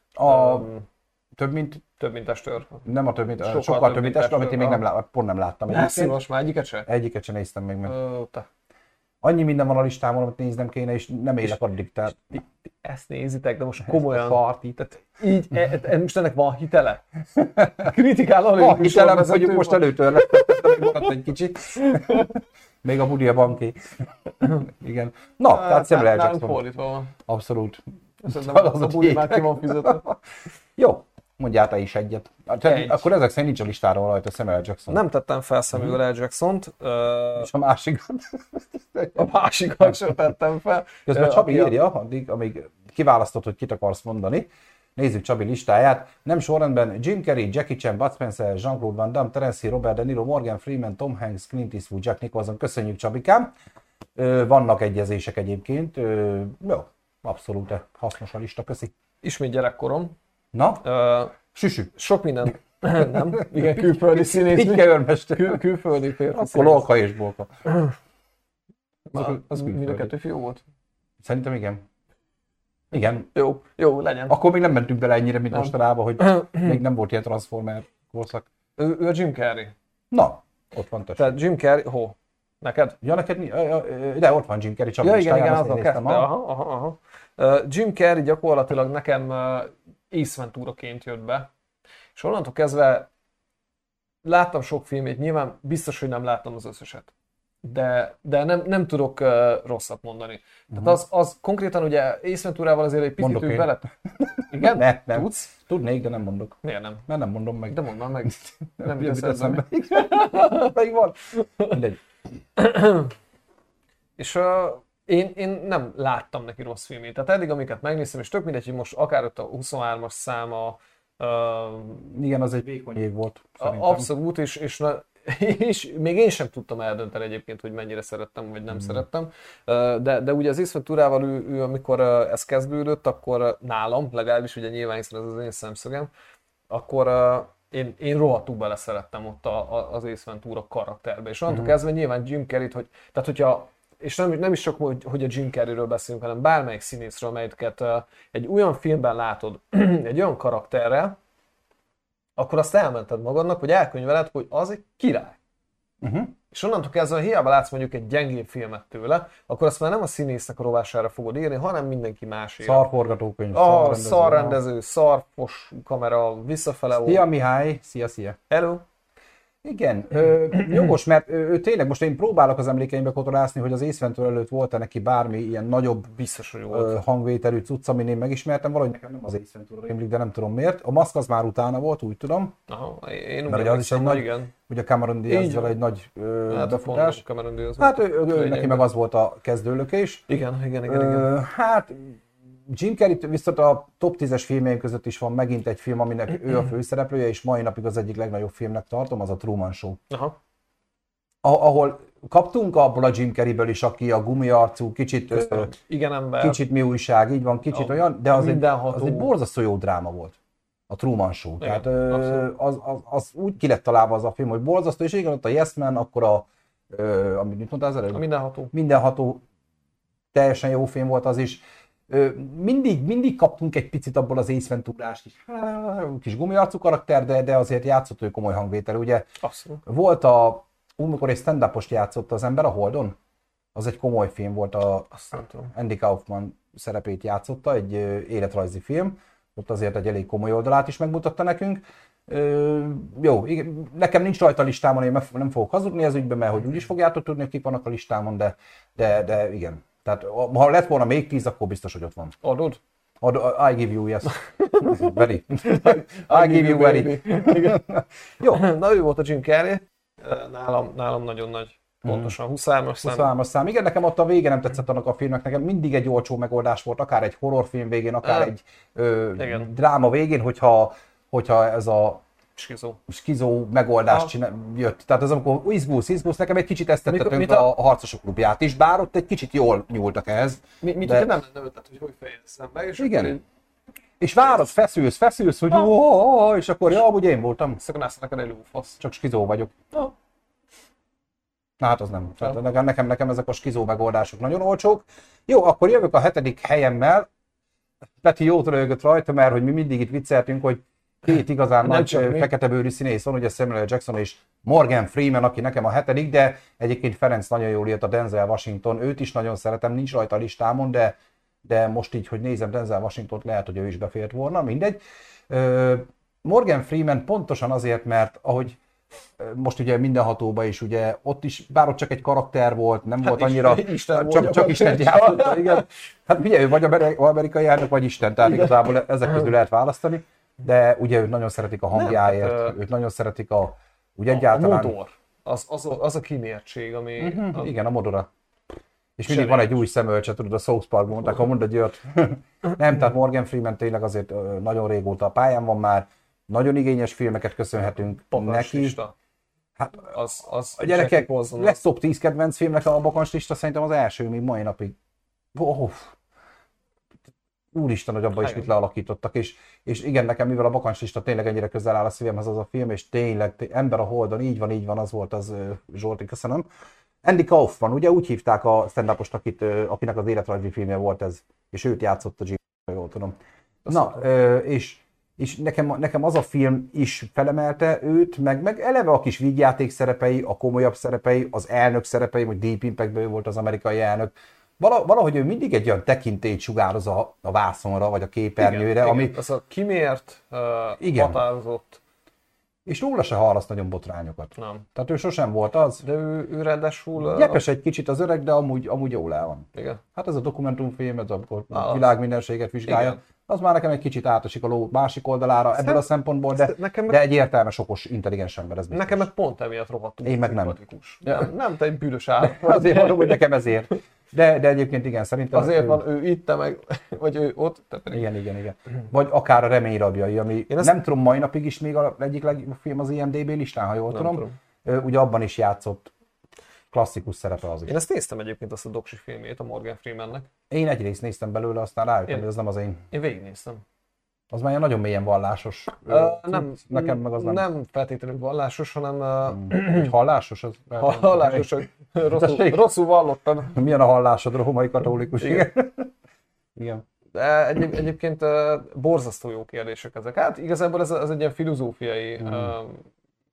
Több mint testőr. Nem a több mint, sokkal több mint testőr, amit én még pont nem láttam. Most már egyiket se? Egyiket se néztem még meg. Annyi minden van a listámon, amit néznem kéne, és nem élek addig. Tehát... Ezt nézitek, de most komolyan. Tehát így, most ennek van hitele? Kritikál a van hitelem, hogy most előtörlesztettem, még maradt egy kicsit. Még a budi a banki. Igen. Na, tehát Samuel L. Jackson. Fordítva van. Abszolút. A budi már ki van fizetve. Jó, mondjál te is egyet. Akkor ezek szerint nincs a listáról rajta Samuel L. Jackson. Nem tettem fel Samuel L. Jackson-t. És a másikat? A másikat sem tettem fel. Közben Csabi írja, amíg kiválasztott, hogy kit akarsz mondani. Nézzük Csabi listáját. Nem sorrendben Jim Carrey, Jackie Chan, Bud Spencer, Jean-Claude Van Damme, Terence Hill, Robert De Niro, Morgan Freeman, Tom Hanks, Clint Eastwood, Jack Nicholson. Köszönjük, Csabikám. Vannak egyezések egyébként. Jó, abszolút hasznos a lista, köszi. Ismét gyerekkorom. Na? Süsü. Sok minden. Nem? Igen, külföldi színész. Pitke-őrmester. Külföldi férfi. Akkor Lolka és Bolka. Az mind a kettő fiú volt? Szerintem igen. Igen. Jó, legyen. Akkor még nem mentünk bele ennyire, mint mostanában, hogy még nem volt ilyen Transformer korszak. Ő a Jim Carrey. Na, ott van tessék. Tehát Jim Carrey, neked? Ja, neked de ott van Jim Carrey, Csabi listáján, azt néztem. Aha. Jim Carrey gyakorlatilag nekem Ace Ventura-ként jött be. És onnantól kezdve láttam sok filmét, nyilván biztos, hogy nem láttam az összeset. De nem tudok rosszat mondani. Tehát az konkrétan ugye Ace Venturával azért egy picit ők bele... Igen? Nem. Tudsz? Tudnék, de nem mondok. Miért nem? Mert nem mondom meg. De mondd már meg. Nem jut eszembe. Meg van. Mindegy. És én nem láttam neki rossz filmét. Tehát eddig, amiket megnéztem, és tök mindegy, hogy most akár ott a 23-as száma... Igen, az egy vékony év volt. Szerintem. Abszolút, és még én sem tudtam eldönteni egyébként, hogy mennyire szerettem, vagy nem szerettem. De ugye az Ace Venturával ő, amikor ez kezdődött, akkor nálam, legalábbis ugye nyilván, hiszen ez az én szemszögem, akkor én rohadtul beleszerettem ott az Ace Ventura karakterbe. És onnantól kezdve nyilván Jim Carrey-t, tehát hogyha és nem is csak, hogy a Jim Carreyről beszélünk, hanem bármelyik színészről, amelyiket egy olyan filmben látod, egy olyan karakterrel, akkor azt elmented magadnak, vagy elkönyveled, hogy az egy király. És onnantól kezdve, hiába látsz mondjuk egy gyengébb filmet tőle, akkor azt már nem a színésznek a rovására fogod írni, hanem mindenki másére. Szarforgatókönyv, szarrendező, szarfos kamera, visszafele. Szia Mihály, szia. Hello. Igen, jogos, mert ő tényleg most én próbálok az emlékeimbe kotorászni, hogy az Ace Ventura előtt volt-e neki bármi ilyen nagyobb biztos, hogy volt. Hangvételű cucc, amin én megismertem, valahogy nekem nem az Ace Ventura rémlik, de nem tudom miért. A Maszk az már utána volt, úgy tudom. Aha, én mert az is egy nagy, igen. ugye a Cameron Diaz-vel egy nagy befutás. Hát ő neki meg az volt a kezdőlökés. Igen. Hát Jim Carrey viszont a top 10-es filmjeim között is van megint egy film, aminek ő a főszereplője, és mai napig az egyik legnagyobb filmnek tartom, az a Truman Show. Aha. Ahol kaptunk abból a Jim Carreyből is, aki a gumiarcú, kicsit, igen, ember. Kicsit mi újság, így van, kicsit olyan, de az egy borzasztó jó dráma volt. A Truman Show. Igen, tehát az úgy ki lett találva az a film, hogy borzasztó, és igen, ott a Yes Man, akkor amit mondtál az előbb? A Mindenható. Teljesen jó film volt az is. Mindig kaptunk egy picit abból az Ace Venturás kis gumiarcú karakter, de azért játszott ő komoly hangvétel, ugye? Abszolút. Volt amikor egy stand-upost játszott az ember a Holdon, az egy komoly film volt, Andy Kaufman szerepét játszotta, egy életrajzi film, ott azért egy elég komoly oldalát is megmutatta nekünk. Jó, nekem nincs rajta a listámon, én nem fogok hazudni ez ügyben, mert hogy úgyis fogjátok tudni, hogy kik vannak a listámon, de igen. Tehát ha lett volna még 10, akkor biztos, hogy ott van. Adod? I give you, yes. Very. I give you very. Jó, na ő volt a Jim Carrey. Nálam nagyon nagy. Pontosan, 23-as szám. Igen, nekem ott a vége nem tetszett annak a filmnek, nekem mindig egy olcsó megoldás volt, akár egy horrorfilm végén, akár egy dráma végén, hogyha ez a skizó megoldás jött. Tehát az, amikor izgulsz, nekem egy kicsit ezt tettetünk a Harcosok klubját is, bár ott egy kicsit jól nyúltak ehhez. Hogyha nem lenne ötlet, hogy fejezem be, és igen. És várod, feszülsz, hogy és akkor amúgy én voltam. Szakanász neked előfasz. Csak skizó vagyok. Na hát az nem. Nekem ezek a skizó megoldások nagyon olcsók. Jó, akkor jövök a 7. helyemmel. Peti jót röhögött rajta, mert hogy mi mindig itt vicceltünk, hogy két igazán nagy feketebőrű színész van, ugye Samuel Jackson és Morgan Freeman, aki nekem a 7., de egyébként Ferenc nagyon jól írt, a Denzel Washington, őt is nagyon szeretem, nincs rajta a listámon, de most így, hogy nézem Denzel Washingtont, lehet, hogy ő is befért volna, mindegy. Morgan Freeman pontosan azért, mert ahogy most ugye Mindenhatóban is, ugye ott is, bár ott csak egy karakter volt, nem volt annyira, csak Isten játszotta, igen. Hát ugye ő vagy amerikai elnök, vagy Isten, tehát igazából ezek közül lehet választani, de ugye őt nagyon szeretik a hangjáért, őt nagyon szeretik ugye egyáltalán. A modor, az a kimértség, ami... Igen, a modora. És mindig van egy új szemölcse, tudod, a South Parkban mondták, ha mondd egy olyat. Nem, tehát Morgan Freeman tényleg azért nagyon régóta a pályán van már, nagyon igényes filmeket köszönhetünk neki. Hát a gyerekek, lesz top 10 kedvenc filmnek a bakancslista, szerintem az első még mai napig. Úristen, hogy abban is mit lealakítottak, és igen, nekem mivel a bakancslista tényleg ennyire közel áll a szívemhez az a film, és tényleg Ember a Holdon, így van, az volt az, Zsolti, köszönöm. Andy Kaufman, ugye úgy hívták a stand-upost, akinek az életrajzi filmje volt ez, és őt játszott a Jim, jól tudom. Na, és nekem az a film is felemelte őt, meg eleve a kis vígjáték szerepei, a komolyabb szerepei, az elnök szerepei, hogy Deep Impactből volt az amerikai elnök. Valahogy ő mindig egy olyan tekintélyt sugároz a vászonra, vagy a képernyőre, igen, ami... Igen. Az a kimért, határozott. És róla se hallasz nagyon botrányokat. Nem. Tehát ő sosem volt az. De ő ráadásul... Gyepes egy kicsit az öreg, de amúgy jól el van. Igen. Hát ez a dokumentumfilm, ez amikor a világ mindenséget vizsgálja. Igen. Az már nekem egy kicsit átesik a ló másik oldalára ebből a szempontból, de egy értelmes, okos, intelligens ember ez biztos. Nekem meg pont emiatt rohadtul. Én meg nem. Nem, te egy bűnös állat. Azért mondom, hogy nekem ezért. De egyébként igen, szerintem... Azért van ő itt, te meg, vagy ő ott, te pedig... Igen. Vagy akár a Remény rabjai, ami nem tudom, mai napig is még egyik legjobb film az IMDb listán, ha jól tudom. Ugye abban is játszott. Klasszikus szerepe az is. Én ezt néztem egyébként, azt a doksi filmjét a Morgan Freemannek. Én egy részt néztem belőle, aztán rájöttem, hogy ez nem az én. Én végignéztem. Az már nagyon mélyen vallásos. Nekem meg az nem. Nem feltétlenül vallásos, hanem... hallásos? Hallásos, hogy rosszul vallottam. Milyen a hallásod, római katolikus? Igen. De egyébként borzasztó jó kérdések ezek. Hát igazából ez egy ilyen filozófiai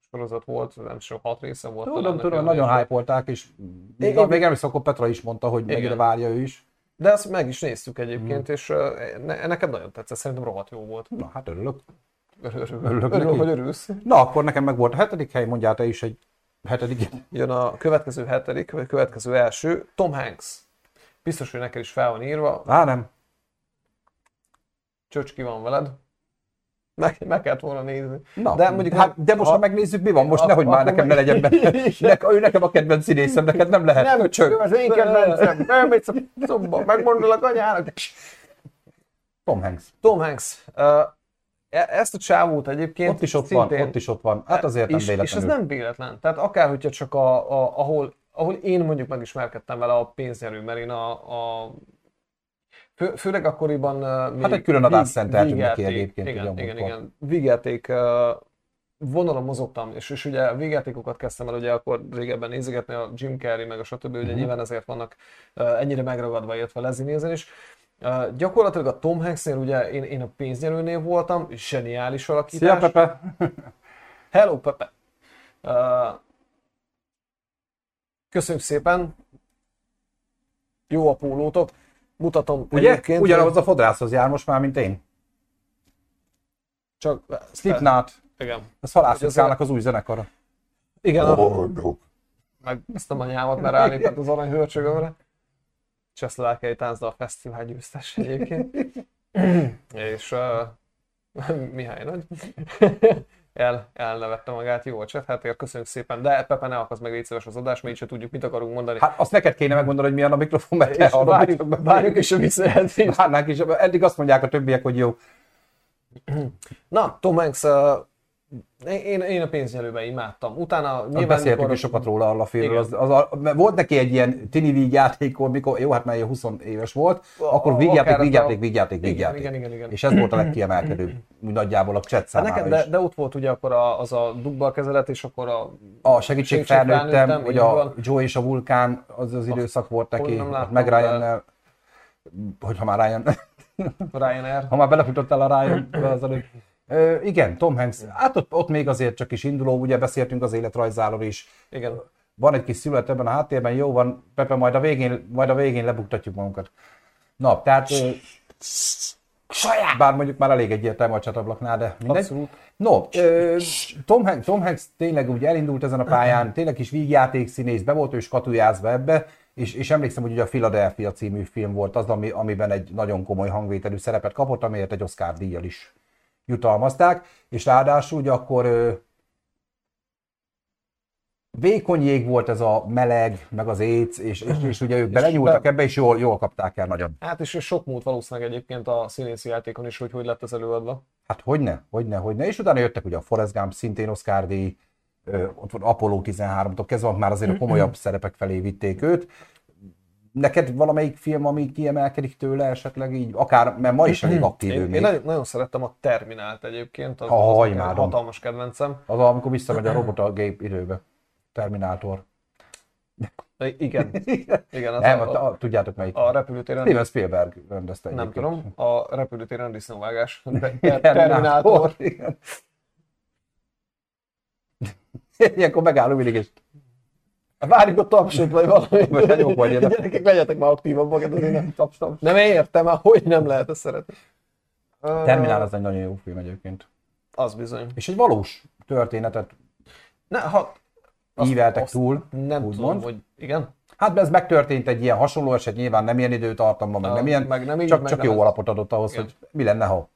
sorozat volt, nem is 6 része volt. Tudom, nagyon hype-olták, és még nem is akkor Petra is mondta, hogy mennyire várja ő is. De ezt meg is néztük egyébként, és nekem nagyon tetszett, szerintem rohadt jó volt. Na, hát örülök. Örülök, hogy örülsz. Na, akkor nekem meg volt a 7. hely, mondjál te is egy 7. Jön a következő 7., vagy következő első, Tom Hanks. Biztos, hogy neked is fel van írva. Nem. Csöcski van veled. Meg kellett volna nézni. Na, de mondjuk de most, ha megnézzük, mi van? Most nehogy már nekem ne legyen benne. Ő nekem a kedvenc színészem, neked nem lehet. Nem, csak az én kedvencem. Elmész a szobba, megmondolak anyának. Tom Hanks. Ezt a csávót egyébként ott is ott van. Hát azért nem véletlenül. És ez nem véletlen. Tehát akár, hogyha csak ahol én mondjuk megismerkedtem vele a pénznyerő, mert én főleg akkoriban... Hát egy külön adást szenteltünk neki egyébként. Igen. Vígjáték vonalon mozogtam, és ugye a vígjátékokat kezdtem el ugye akkor régebben nézegetni, a Jim Carrey meg a stb. Ugye nyilván ezért vannak ennyire megragadva, illetve lezinézen is. Gyakorlatilag a Tom Hanksnél ugye én a pénznyerőnél voltam, zseniális alakítás. Szia, Pepe! Hello, Pepe! Köszönjük szépen! Jó a pólótok! Mutatom ugye? Egyébként. Ugyanaz a fodrászhoz jár most már, mint én. Csak... Slipknot. Igen. Ez halászutkának az új zenekara. Igen. Meg ezt a anyámat, mert rálépett az arany hörcsögömre. Csehszlovákiai táncdal fesztivál győztes egyébként. És Mihály Nagy elnevette magát, jó a chat, hát köszönjük szépen, de Pepe ne akadsz meg légy szíves az adás, mert így se tudjuk, mit akarunk mondani. Hát azt neked kéne megmondani, hogy milyen a mikrofon, mert várjuk is a visszajelzést. Várnánk is, eddig azt mondják a többiek, hogy jó. Na, Tom Hanks, én a pénznyelőben imádtam. Utána nyilván... Beszéltünk is sokat róla a filmről. Volt neki egy ilyen tini vígjátékor, mikor, jó, hát már 20 éves volt, akkor vígjáték. Igen. És ez volt a legkiemelkedőbb, nagyjából a chat számára is. De ott volt ugye akkor az a dugba kezelet, és akkor a segítség felnőttem, hogy a Joe és a vulkán, az időszak volt neki, meg Ryannel, hogyha már Ryanair. Ha már belefutottál a Ryan-be az előbb. Igen, Tom Hanks. Hát ott még azért csak is induló, ugye beszéltünk az életrajzáról is. Igen. Van egy kis szület ebben a háttérben, jó van, Pepe, majd a végén lebuktatjuk magunkat. Na, tehát... Bár mondjuk már elég egyértelmű a csatablaknál, de mindegy. Abszolút. No, Tom Hanks tényleg úgy elindult ezen a pályán, tényleg is vígjátékszínész, be volt ő skatujázva ebbe, és emlékszem, hogy ugye a Philadelphia című film volt az, amiben egy nagyon komoly hangvételű szerepet kapott, amelyet egy Oscar díjjal is jutalmazták, és ráadásul ugye akkor vékony jég volt ez a meleg, meg az éc, és ugye ők belenyúltak ebbe, és jól kapták el nagyon. Hát és sok múlt valószínűleg egyébként a színészi játékon is, hogy lett az előadva. Hát hogyne. És utána jöttek ugye a Forrest Gump, szintén Oscar díj, ott van Apollo 13-tól kezdve, már azért a komolyabb szerepek felé vitték őt. Neked valamelyik film, ami kiemelkedik tőle esetleg így, akár, mert ma is elég aktív ő még. Én nagyon szerettem a Terminált egyébként, az hatalmas kedvencem. Az, amikor visszamegy a robot a gép időbe. Terminátor. Igen. Tudjátok melyik. A repülőtéren... Steven Spielberg rendezte nem tudom, a repülőtéren disznóvágás. Terminátor. Ilyenkor megállunk mindig, és várjuk a tapsot, vagy valami. Gyerekek, legyetek már aktívabbak, azért nem tapstam. Nem értem már, hogy nem lehet ezt szeretni. Terminál az egy nagyon jó film egyébként. Az bizony. És egy valós történetet íveltek túl. Nem tudom, hogy igen. Hát ez megtörtént egy ilyen hasonló eset, nyilván nem ilyen időtartamban, meg nem ilyen, csak jó alapot adott ahhoz, igen. Hogy mi lenne, ha.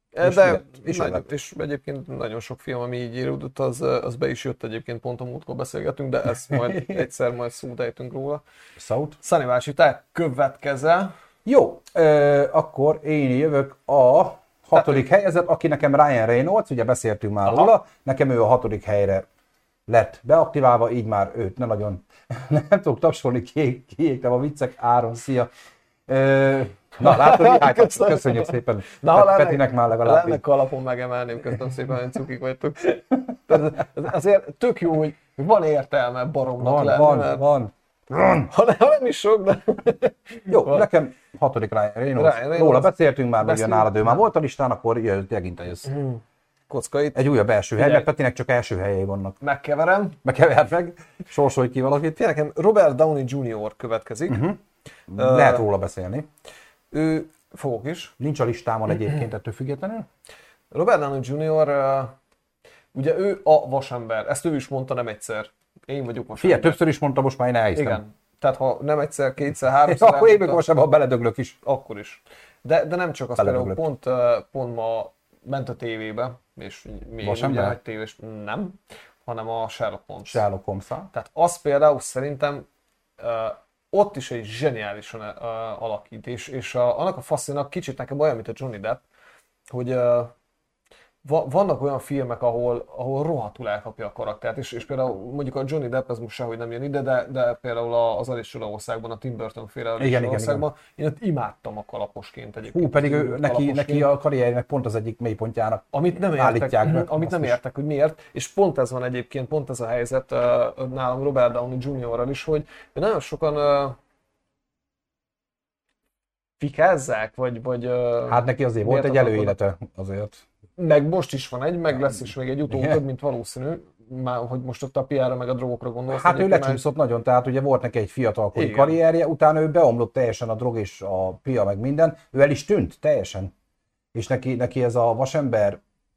És egyébként nagyon sok film, ami így íródott, az be is jött egyébként, pont a múltkor beszélgetünk, de ezt majd egyszer szót ejtünk róla. Szani bácsi, te következel. Jó, akkor én jövök a 6. helyezett, aki nekem Ryan Reynolds, ugye beszéltünk már róla, nekem ő a 6. helyre lett beaktiválva, így már őt nem tudok tapsolni, kiégtem a viccek, Áron, szia. Na, látod, köszönjük szépen. Petinek már legalább. Ennek alapon megemelném, köszönöm szépen, hogy cukik vagytok. Azért tök jó, hogy van értelme baromnak lenni. Van. Ha nem is sok, de... Jó, van. Nekem 6. Ryan Reynolds. Róla beszéltünk már, ugye nálad ő már volt a listán, akkor megint jössz. kockait. Egy újabb első hely, mert Petinek csak első helyei vannak. Megkeverem. Megkeverd meg, sorsolj ki valakit. Nekem Robert Downey Jr. következik. Lehet róla beszélni. Ő fogok is. Nincs a listámon egyébként ettől függetlenül. Robert Downey Jr. Ugye ő a vasember. Ezt ő is mondta nem egyszer. Én vagyok vasember. Figyelj, többször is mondta, most már én elhiszem. Igen. Tehát ha nem egyszer, kétszer, háromszor akkor én meg most ebben beledöglök is. Akkor is. De nem csak az, például pont ma ment a tévébe, és mi ugye egy tévés, nem, hanem a Sherlock Holmes. Sherlock Holmes. Tehát az például szerintem ott is egy zseniálisan alakít, és annak a faszinak kicsit nekem olyan, mint a Johnny Depp, hogy vannak olyan filmek, ahol rohadtul elkapja a karaktert, és például mondjuk a Johnny Depp, ez most sehogy nem jön ide, de például az Alice Csodaországban, a Tim Burton féle Alice Csodaországban, én ott imádtam a kalaposként egyébként. Pedig neki a karrierjének pont az egyik mélypontjának amit nem értek, hogy miért, és pont ez van egyébként, pont ez a helyzet nálam Robert Downey Jr.-ral is, hogy nagyon sokan fikázzák, vagy hát neki azért volt egy előélete azért. Meg most is van egy, meg lesz is még egy utóbb, mint valószínű, már, hogy most ott a PR-ra meg a drogokra gondolsz. Hát ő lecsúszott nagyon, tehát ugye volt neki egy fiatalkori karrierje, utána ő beomlott teljesen a drog és a pia meg minden, ő el is tűnt teljesen. És neki ez a vasember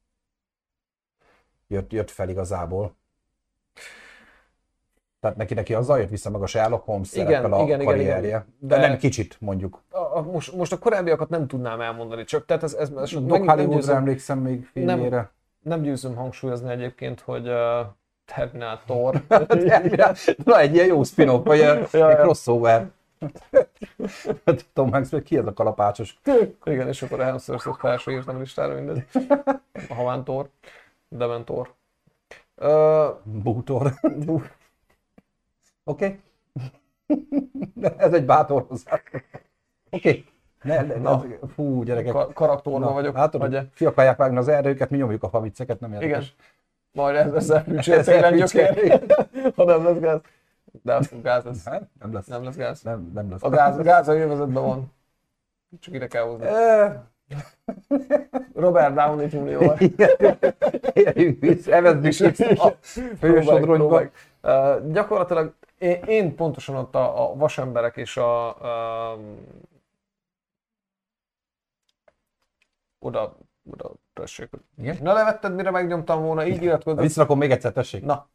jött fel igazából. Tehát neki azzal jött vissza meg a Sherlock Holmes szereppel a karrierje. Igen. De nem kicsit, mondjuk. Most a korábbiakat nem tudnám elmondani, csak tehát ez Doc Hollywoodra emlékszem még filmjére. Nem győzöm hangsúlyozni egyébként, hogy Terminator. Na, egy ilyen jó spin-off, vagy egy crossover. Tom Hanks, ki ez a kalapácsos? Igen, és akkor a Hemsworth-ot fel sem írtam listára mindez. A Havántor, Dementor. Bútor. Oké. Ez egy bátor hozzá. Oké. Fú, gyerekek. Karaktorban vagyok. Hát, ki akarják vágni az erdőket, mi nyomjuk a favicceket, nem érdekes. Igen. Majd ezzel fűtsél szépen gyökér. Ha nem lesz gáz. De az gáz lesz. Nem lesz. Nem lesz gáz. Nem lesz. A gáz a jövezetben van. Csak ide kell hozni. Robert Downey Jr. Evezzük a fősodronyba. Gyakorlatilag én pontosan ott a vasemberek és oda tessék. Igen? Ne levetted, mire megnyomtam volna, így iratkozzak. Visszarakom még egyszer, tessék. Na.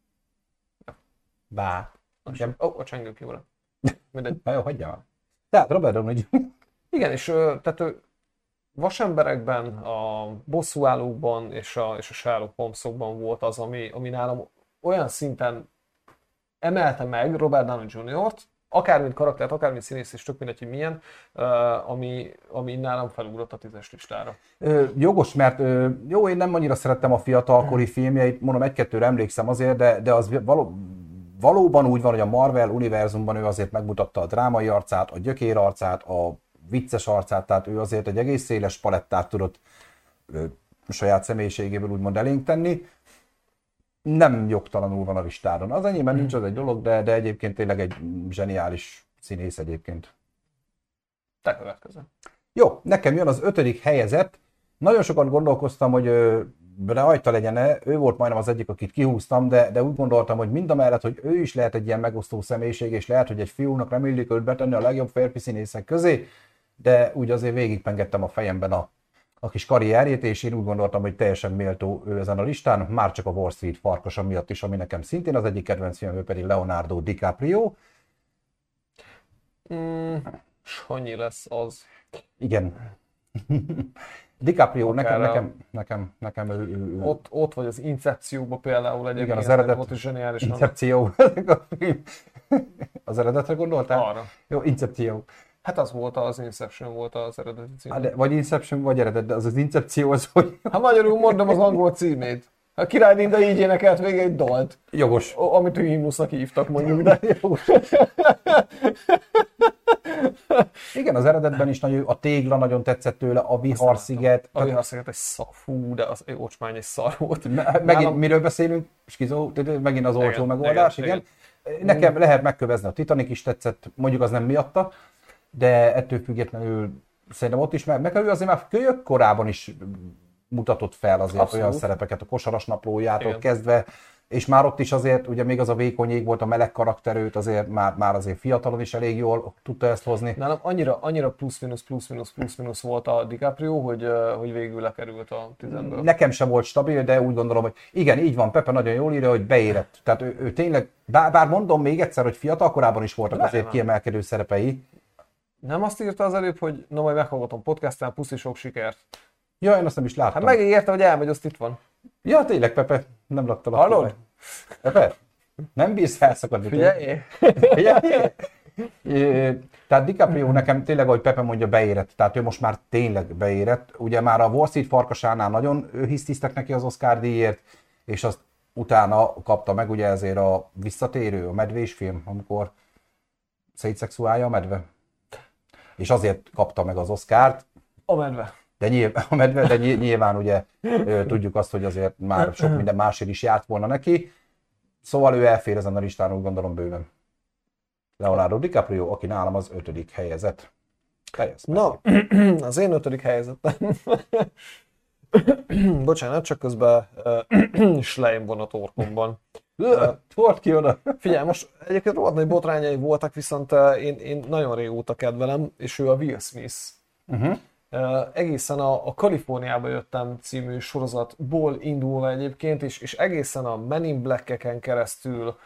Bá. A csengő kimaradt. Mindegy. Na jó, hagyjál. Tehát Robert Downey Jr. Igen, és tehát vasemberekben, a bosszúállókban és a Sherlock Holmesokban volt az, ami nálam olyan szinten emelte meg Robert Downey Jr.-t, akár mint karaktert, akár mint színész, és tök mindegy, hogy milyen, ami nálam felugrott a 10-es listára. Jogos, mert jó, én nem annyira szerettem a fiatalkori filmjeit, mondom, egy-kettőre emlékszem azért, de az valóban úgy van, hogy a Marvel univerzumban ő azért megmutatta a drámai arcát, a gyökér arcát, a vicces arcát, tehát ő azért egy egész széles palettát tudott saját személyiségéből úgymond elénk tenni. Nem jogtalanul van a listádon. Az enyémben nincs, az egy dolog, de egyébként tényleg egy zseniális színész egyébként. Te következő. Jó, nekem jön az 5. helyezett. Nagyon sokat gondolkoztam, hogy rajta legyen-e. Ő volt majdnem az egyik, akit kihúztam, de úgy gondoltam, hogy mindamellett, hogy ő is lehet egy ilyen megosztó személyiség, és lehet, hogy egy fiúnak nem illik őt betenni a legjobb férfi színészek közé, de úgy azért végigpengettem a fejemben a kis karrierjét, és én úgy gondoltam, hogy teljesen méltó ő ezen a listán, már csak a Wall Street farkasa miatt is, ami nekem szintén az egyik kedvenc filmű, pedig Leonardo DiCaprio. Annyi lesz az. Igen. DiCaprio nekem ő. Ott vagy az Incepcióban például egyébként. Igen, az eredet. Ott is zseniális. Incepció. Az eredetre gondoltál? Arra. Jó, Incepció. Hát az Inception volt az eredeti cím. Vagy Inception, vagy eredet, de az Incepció az hogy... Hát magyarul mondom az angol címét. A Király Linda így énekelt végig egy dalt. Jogos. Amit ő himnusznak hívtak, mondjuk, de jogos. Igen, az eredetben is nagyon, a tégla nagyon tetszett tőle, a Viharsziget. A Viharsziget egy fú, de az ocsmány egy szar volt. Megint miről beszélünk? Skizó, megint az olcsó megoldás, igen. Nekem lehet megkövezni, a Titanic is tetszett, mondjuk az nem miatta, de ettől függetlenül szerintem ott is, meg ő azért már kölyök korában is mutatott fel azért Abszolút. olyan szerepeket, a Kosaras naplójától Igen. kezdve, és már ott is azért, ugye még az a vékony ég volt, a meleg karakterőt, azért már azért fiatalon is elég jól tudta ezt hozni. Nálam annyira plusz-minusz volt a DiCaprio, hogy végül lekerült a 10-ből. Nekem sem volt stabil, de úgy gondolom, hogy igen, így van, Pepe nagyon jól írja, hogy beérett. Tehát ő tényleg, bár mondom még egyszer, hogy fiatal korában is voltak azért kiemelkedő szerepei. Nem azt írta az előbb, hogy na majd meghallgatom podcasten, puszi sok sikert. Ja, én azt nem is láttam. Hát megígérte, hogy elmegy, azt itt van. Ja, tényleg, Pepe, nem raktalak. Hallod? Pepe, nem bírsz felszakadni. Figyelj! Figyelj! Tehát DiCaprio nekem tényleg, ahogy Pepe mondja, beérett. Tehát ő most már tényleg beérett. Ugye már a Wall Street Farkasánál nagyon hisztisztek neki az Oscar díjért, és azt utána kapta meg ugye ezért a Visszatérő, a medvés film, amikor szétszexuálja a medve. És azért kapta meg az Oscart. A medve. De nyilván ugye tudjuk azt, hogy azért már sok minden másért is járt volna neki. Szóval ő elfér ezen a listán, úgy gondolom bőven. Leonardo DiCaprio, aki nálam az 5. helyezett. Na, az én 5. helyezettem. Bocsánat, csak közben Schleim van a torkomban. Tort ki oda. Figyelj, most egyébként rohadt nagy botrányai voltak, viszont én nagyon régóta kedvelem, és ő a Will Smith. Egészen a Kaliforniába jöttem című sorozatból indulva egyébként, és egészen a Men in Black-eken keresztül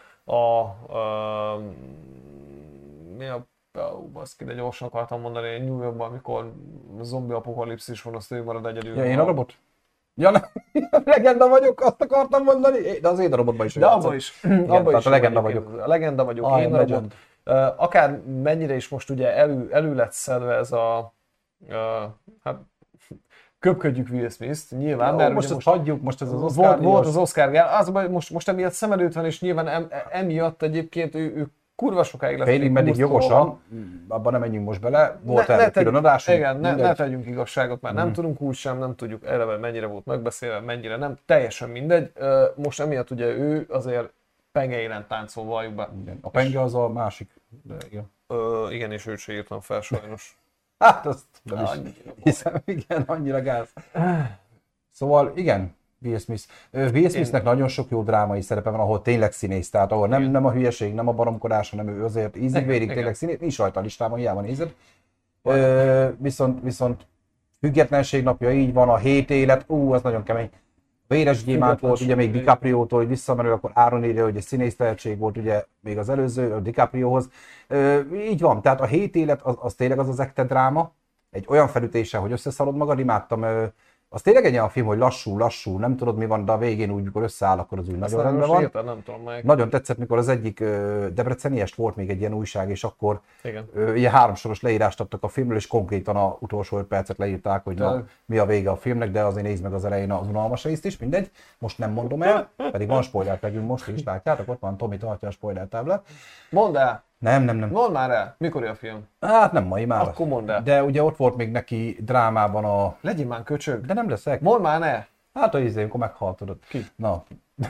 baszki, de gyorsan akartam mondani, New Yorkban, amikor zombi apokalipszis van, azt ő marad egyedül. Ja, én a robot? Ja, nem. Legenda vagyok, azt akartam mondani, de az én a robotban is. De abban is. Igen, Abba tehát is a legenda vagyok. A legenda vagyok, én a robot. Akár mennyire is most ugye elő lett szedve ez hát köpködjük Will Smith-t, nyilván, mert most ezt hagyjuk, most ez az Oscar volt az Oscar gál, az baj, most emiatt szem előtt van, és nyilván emiatt egyébként ő kurva sokáig lesz. Félig meddig jogosan, abban nem menjünk most bele, volt erre külön adásunk. Igen, ne tegyünk igazságot, mert nem tudunk úgy sem, nem tudjuk eleve mennyire volt megbeszélve, mennyire nem, teljesen mindegy. Most emiatt ugye ő azért penge élen táncol, valljuk be. Igen. A penge az a másik. De igen. Igen, és őt se írtam fel sajnos. Hát azt nem is hiszem, igen, annyira gáz. Szóval igen, Will Smith. Will Smithnek nagyon sok jó drámai szerepe van, ahol tényleg színész, tehát ahol nem a hülyeség, nem a baromkodás, hanem ő azért ízig-vérig tényleg színész, nincs rajta a listámon, hiába nézed. Viszont Függetlenség napja, így van, a 7 élet, az nagyon kemény. Véres gyémánt volt, ugye még DiCaprio-tól, hogy visszamenő, akkor Áron írja, hogy egy színész tehetség volt ugye még az előző, a DiCapriohoz. Így van, tehát a 7 élet az tényleg az acted dráma, egy olyan felütéssel, hogy összeszarod magad, imádtam. Az tényleg egy olyan film, hogy lassú, nem tudod mi van, de a végén úgy, mikor összeáll, akkor az úgy nagyon rendben van. Érted, nem tudom meg. Nagyon tetszett, mikor az egyik debreceniest volt még egy ilyen újság, és akkor igen. Ilyen 3-soros leírást adtak a filmről, és konkrétan a utolsó 5 percet leírták, hogy na, mi a vége a filmnek, de azért nézd meg az elején az unalmas részt is, mindegy. Most nem mondom el, pedig van spoiler tagünk most is, látjátok, ott van Tomi tartja a spoiler táblát. Mondd el! Nem. Mondd már el! Mikor a film? Hát nem mai már. Akkor mondd el. De ugye ott volt még neki drámában a... Legyél már köcsög! De nem leszek. Mondd már el! Hát a amikor meghaltod. Ki? Na.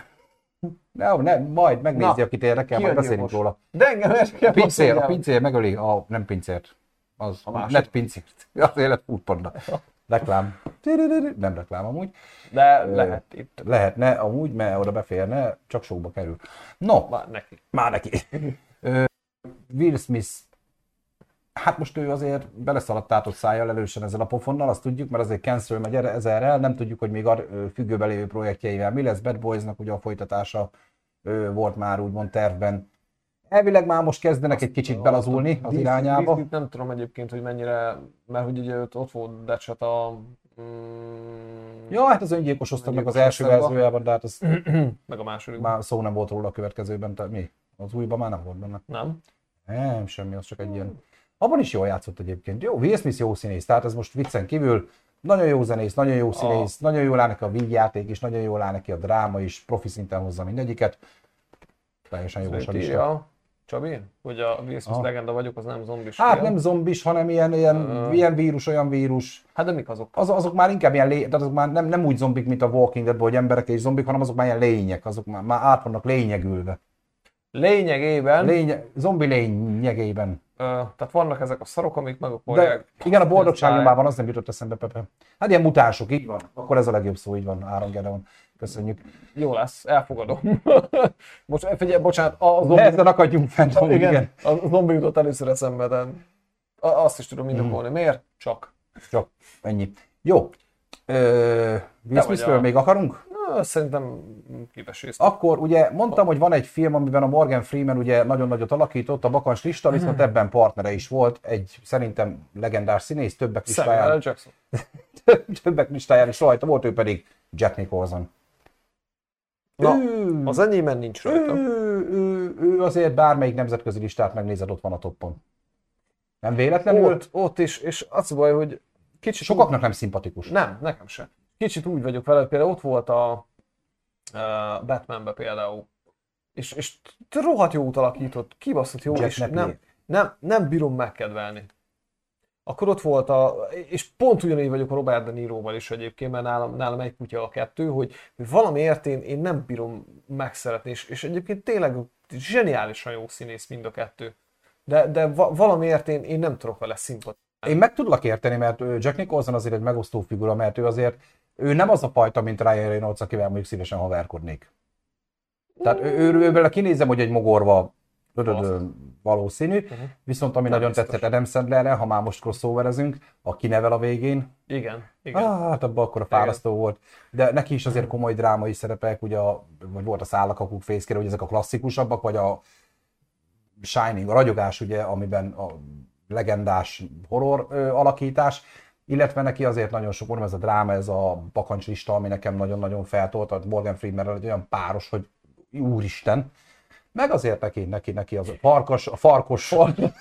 Majd megnézi, akit érdekel, majd beszélünk róla. De engem érdekel. A pincér megöli, nem pincért. Az a net pincért. Az élet foodpanda. Reklám. Nem reklám amúgy. De lehet itt. Lehetne amúgy, mert oda beférne, csak sokba kerül. No. Már neki. Will Smith. Hát most ő azért beleszaladt át ott szájjal elősen ezzel a pofonnal, azt tudjuk, mert azért cancel megy ezerrel, nem tudjuk, hogy még a függőben lévő projektjeivel mi lesz. Bad Boysnak ugye a folytatása volt már úgymond tervben. Elvileg már most kezdenek egy kicsit belazulni az irányába. Nem tudom egyébként, hogy mennyire, mert hogy ugye ott volt Deadshot a... Ja, hát az öngyilkos osztag meg az első verziójában, de hát az... meg a második. Már szó nem volt róla a következőben, tehát mi? Az újban már nem volt benne. Nem, semmi, az csak egy ilyen... Abban is jól játszott egyébként. Jó, Will Smith jó színész, tehát ez most viccen kívül nagyon jó zenész, nagyon jó színész, nagyon jól áll neki a vígjáték is, nagyon jól áll neki a dráma is, profi szinten hozza mindegyiket. Teljesen jogos a lista. Csabi, hogy a Will Smith legenda vagyok, az nem zombis. Hát nem zombis, hanem ilyen vírus, olyan vírus. Hát de mik azok? Azok már inkább ilyen tehát azok már nem úgy zombik, mint a Walking Deadben, hogy emberek és zombik, hanem azok már ilyen lények, azok már át vannak lényegülve. Lényegében? Zombi lényegében. Tehát vannak ezek a szarok, amik meg akarják. De igen, a boldogság nyomában az nem jutott eszembe, Pepe. Hát ilyen mutánsok, így van. Akkor ez a legjobb szó, így van, Áron Gedeon. Köszönjük. Jó lesz, elfogadom. Most, figyelj, bocsánat, Ezzel akadjunk fent. Igen, a zombi jutott először eszembe, de azt is tudom indokolni. Miért? Csak. Ennyi. Jó. Will Smithről még akarunk? Szerintem kiveséztem. Akkor ugye mondtam, hogy van egy film, amiben a Morgan Freeman ugye nagyon nagyot alakított, a Bakancs lista, viszont ebben partnere is volt, egy szerintem legendás színész, többek listáján is rajta volt, ő pedig Jack Nicholson. Na, az enyémben nincs rajta. Ő azért bármelyik nemzetközi listát megnézed, ott van a toppon. Nem véletlenül? Ott is, és az a baj, hogy kicsit... Sokaknak nem szimpatikus. Nem, nekem sem. Kicsit úgy vagyok vele, például ott volt a Batmanbe például, és rohadt jót alakított, kibaszott jó, és nem bírom megkedvelni. Akkor ott volt és pont ugyanígy vagyok a Robert De Niroval is egyébként, mert nálam egy kutya a kettő, hogy valamiért én nem bírom megszeretni, és egyébként tényleg zseniálisan jó színész mind a kettő. De valamiért én nem tudok vele szimpatizálni. Én meg tudlak érteni, mert Jack Nicholson azért egy megosztó figura, mert ő nem az a fajta, mint Ryan Reynolds, akivel mondjuk szívesen haverkodnék. Tehát őből kinézem, hogy egy mogorva valószínű, viszont ami nagyon tetszett Adam Sandlerre, ha már most crossoverezünk, a Kinevel a végén. Igen. Hát abban akkor a fárasztó volt. De neki is azért komoly drámai szerepek, ugye, vagy volt a Szállakakuk fészkére, hogy ezek a klasszikusabbak, vagy a Shining, a ragyogás, ugye, amiben a legendás horror alakítás, illetve neki azért nagyon sok, mondom, ez a dráma, ez a bakancslista, ami nekem nagyon-nagyon feltolt, a Morgan Freemanrel egy olyan páros, hogy úristen. Meg azért neki az a farkos.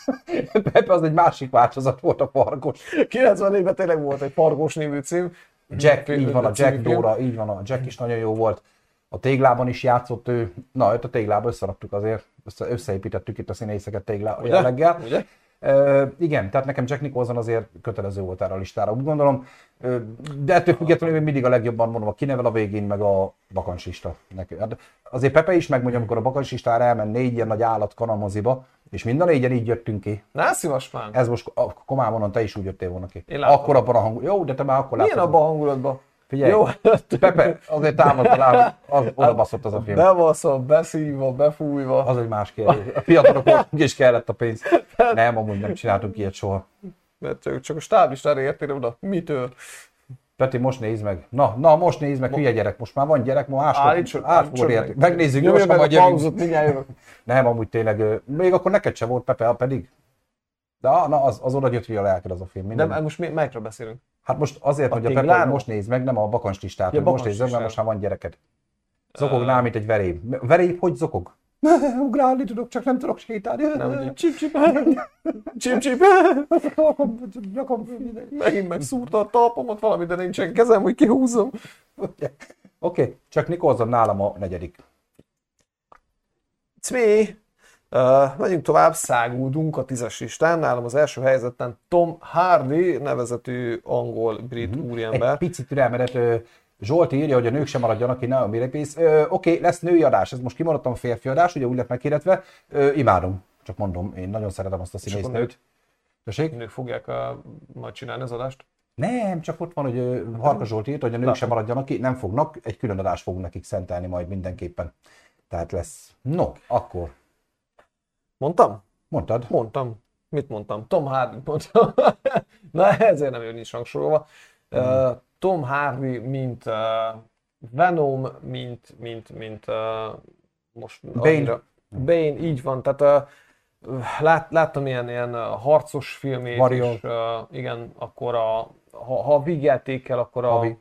Pepe az egy másik változat volt, a farkos. 94-ben tényleg volt egy Farkos névű cím. Jack, így van, a Jack Dora, így van, a Jack is nagyon jó volt. A Téglában is játszott ő. Na, őt a Téglában összeraktuk azért, összeépítettük itt a színészeket Téglában jelleggel. Ugye? Igen, tehát nekem Jack Nicholson azért kötelező volt erre a listára, úgy gondolom. De ettől függetlenül mindig a legjobban mondom a Kinevel a végén, meg a bakancslista. Azért Pepe is megmondja, amikor a bakancslistára elment 4 ilyen nagy állat kanamoziba, és mind a 4-en így jöttünk ki. Na, szívas már. Ez most, komolyan te is úgy jöttél volna ki. Akkor abban a hangulatban. Jó, de te már akkor láttad. Milyen abban a hangulatban? Figyelj, jó. Pepe azért támadta oda baszott az a film. Bebaszott, beszívva, befújva. Az egy más kérdés. A fiatalok is kellett a pénz. Nem, amúgy nem csináltunk ilyet soha. Mert csak a stáblistára értél oda. Mitől? Peti, most nézd meg. Na, most nézd meg, hülye gyerek. Most már van gyerek, ma át fogod érni. Megnézzük gyorsan, vagy jövünk. Nem, amúgy tényleg, még akkor neked se volt Pepe, pedig. De az oda jött a lelked az a film. De most melyikről beszélünk? Hát most azért, hogy a Pepe, most nézd meg, nem a bakancslistát, hogy most nézd meg, mert most már van gyereked. Zokognál, mint egy veréb. Veréb, hogy zokog? Ugrálni tudok, csak nem tudok sétálni. Csip-csip. Csip-csip. Megint megszúrta a talpamat valami, de nincsen kezem, hogy kihúzzam. Oké, csak Nicholson nálam a 4. Cmi. Megyünk tovább, száguldunk a 10-es listán. Nálam az első helyzeten Tom Hardy nevezetű angol-brit úriember. Egy picit türelmedet. Zsolti írja, hogy a nők sem maradjanak ki, Naomi Rapace. Oké, lesz női adás, ez most kimaradtam a férfi adás, ugye úgy lett meghirdetve. Imádom, csak mondom, én nagyon szeretem azt a színésznőt. Nők fogják majd csinálni az adást? Nem, csak ott van, hogy Harka Zsolti írta, hogy a nők sem maradjanak ki, nem fognak, egy külön adást fogunk nekik szentelni majd mindenképpen. Tehát lesz. No, akkor. Mondtam? Mondtad? Mondtam. Mit mondtam? Tom Hardy mondtam. Na, ezért nem jön nincs rangsorolva. Tom Hardy, mint Venom, mint most Bane. Bane, így van. Tehát láttam ilyen harcos filmét, és igen, akkor ha vígjátékkel, akkor Havi.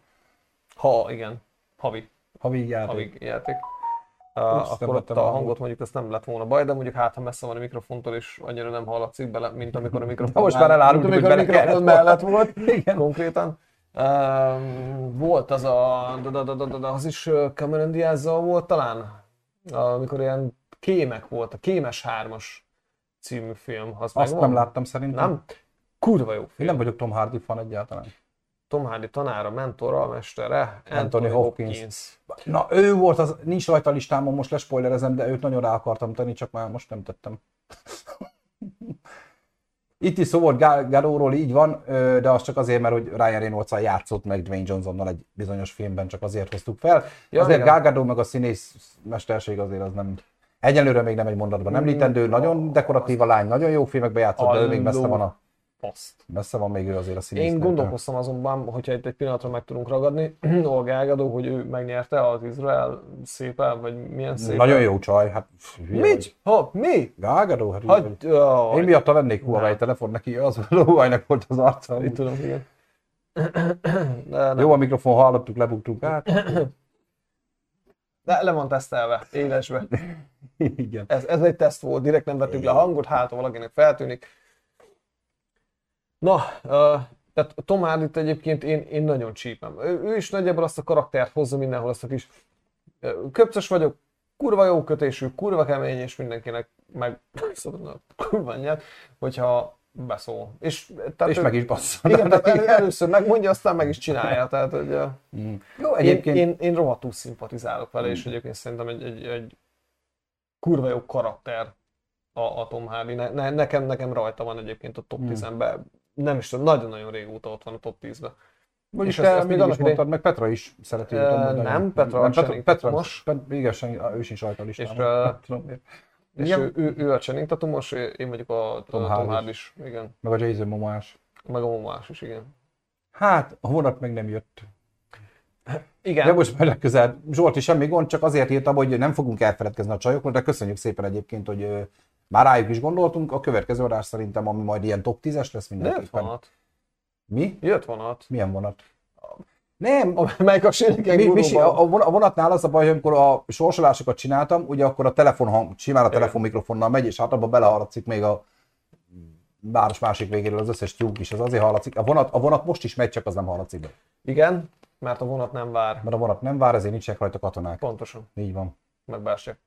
Havi játék. Akkor ott a hangot mondjuk ezt nem lett volna baj, de mondjuk ha messze van a mikrofontól, és annyira nem hallatszik bele, mint amikor a mikrofon most már elárultuk, hogy bele kellett mellett volt. Igen. Konkrétan. Volt az is Cameron Diazzal volt talán, amikor ilyen kémek volt, a Kémes 3-as című film. Azt nem láttam szerintem. Nem? Kurva jó film. Én nem vagyok Tom Hardy fan egyáltalán. Tom Hardy tanára, mentora, mestere, Anthony Hopkins. Na ő volt, az nincs rajta a listámon, most lespoilerezem, de őt nagyon rá akartam tenni, csak már most nem tettem. Itt is szó volt Gadóról, így van, de az csak azért, mert hogy Ryan Reynolds-al játszott meg Dwayne Johnsonnal egy bizonyos filmben, csak azért hoztuk fel. Ja, azért Gal Gadot meg a színész mesterség azért az nem... Egyelőre még nem egy mondatban említendő, nagyon dekoratív a lány, nagyon jó filmekben játszott, de ő még messze van a... Messze van még ő azért a színész. Én gondolkoztam azonban, hogyha itt egy pillanatra meg tudunk ragadni, Gal Gadot, hogy ő megnyerte az Izrael szépen, vagy milyen szépen. Nagyon jó csaj, hát... Mit? Mi? Gal Gadot, hát én miatta vennék Huawei telefon neki, az Huawei-nek volt az arca. Itt tudom, igen. Jó, a mikrofon hallottuk, lebuktuk át. De le van tesztelve, élesbe. Igen. Ez egy teszt volt, direkt nem vettük le a hangot, hát ha valakinek feltűnik. Na, tehát Tom Hardyt egyébként én nagyon csípem. Ő is nagyjából azt a karaktert hozza mindenhol, azt a kis köpcös vagyok, kurva jó kötésű, kurva kemény, és mindenkinek meg kurva anyját, hogyha beszól. És ő, meg is bassza. Igen, tehát először megmondja, aztán meg is csinálja. Tehát, hogy, jó, egyébként... én rohadtul szimpatizálok vele, és egyébként szerintem egy kurva jó karakter a Tom Hardy. Nekem rajta van egyébként a top 10-ben. Nem is tudom, nagyon-nagyon régóta ott van a top 10-ben. Vagyis ezt még is mondtad, meg Petra is szereti. Nem, Petra most. Igen, ő sincs rajta a listámon. És ő a Channing Tatumos, én vagyok a Tom Hardy is. Igen. Meg a Jason Momoás. Meg a Momoás is, igen. Hát, a vonat meg nem jött. Igen. De most már legközelebb. Zsolti, semmi gond, csak azért írtam, hogy nem fogunk elfeledkezni a csajokról, de köszönjük szépen egyébként, hogy már rájuk is gondoltunk. A következő adás szerintem, ami majd ilyen top 10-es lesz mindenképpen. De jött vonat. Mi? Jött vonat. Milyen vonat? Nem. Melyik a a vonatnál az a baj, hogy amikor a sorsolásokat csináltam, ugye akkor a telefonhang, simán a telefonmikrofonnal megy, és hát abban belehallatszik még a város másik végéről az összes tyúk is, az azért hallatszik. A vonat most is megy, csak az nem hallatszik be. Igen, mert a vonat nem vár. Mert a vonat nem vár, ezért nincsenek rajta katonák. Pontosan. Így van. Megbársják.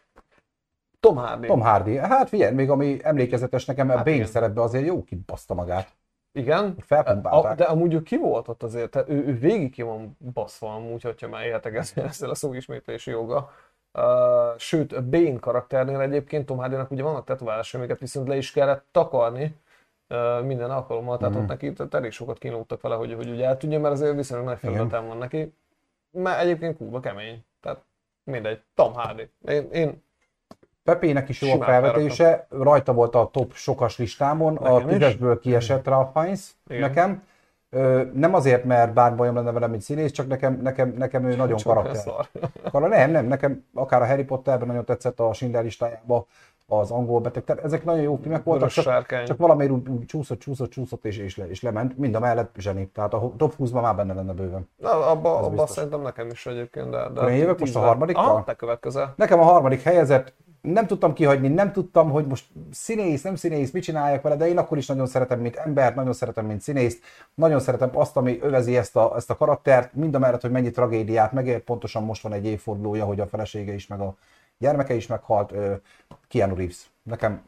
Tom Hardy. Tom Hardy. Hát figyelj, még ami emlékezetes nekem, hát Bane szerepbe azért jó kibaszta magát. Igen, de amúgy ő ki volt ott azért, tehát ő végig ki van baszva amúgy, hogyha már élhetek ezzel a szóismétlési joga. Sőt, a Bane karakternél egyébként Tom Hardynak ugye vannak tetoválásai, amiket viszont le is kellett takarni minden alkalommal, tehát ott neki elég sokat kínlódtak vele, hogy ugye el tudja, mert azért viszonylag nagy felületen van neki. Mert egyébként kurva kemény, tehát mindegy, Tom Hardy. Én Pepének is jó a felvetése, rajta volt a top sokas listámon, nekem a 10-esből kiesett Ralph Fiennes nekem. Nem azért, mert bár bajom lenne velem, mint színész, csak nekem ő nagyon karakter. Nem, nekem akár a Harry Potterben nagyon tetszett, a Schindler listájában, az Angol beteg, tehát ezek nagyon jó filmek voltak, csak valamiért úgy csúszott és lement, mind a mellett zseni, tehát a top 20-ban már benne lenne bőven. Abba szerintem nekem is egyébként, de én jövök most a harmadikkal? Te következel. Nekem a harmadik helyezett, nem tudtam kihagyni, nem tudtam, hogy most színész, nem színész, mit csináljak vele, de én akkor is nagyon szeretem, mint embert, nagyon szeretem, mint színészt, nagyon szeretem azt, ami övezi ezt a karaktert, mind a mellett, hogy mennyi tragédiát megért, pontosan most van egy évfordulója, hogy a felesége is, meg a gyermeke is meghalt, Keanu Reeves. Nekem,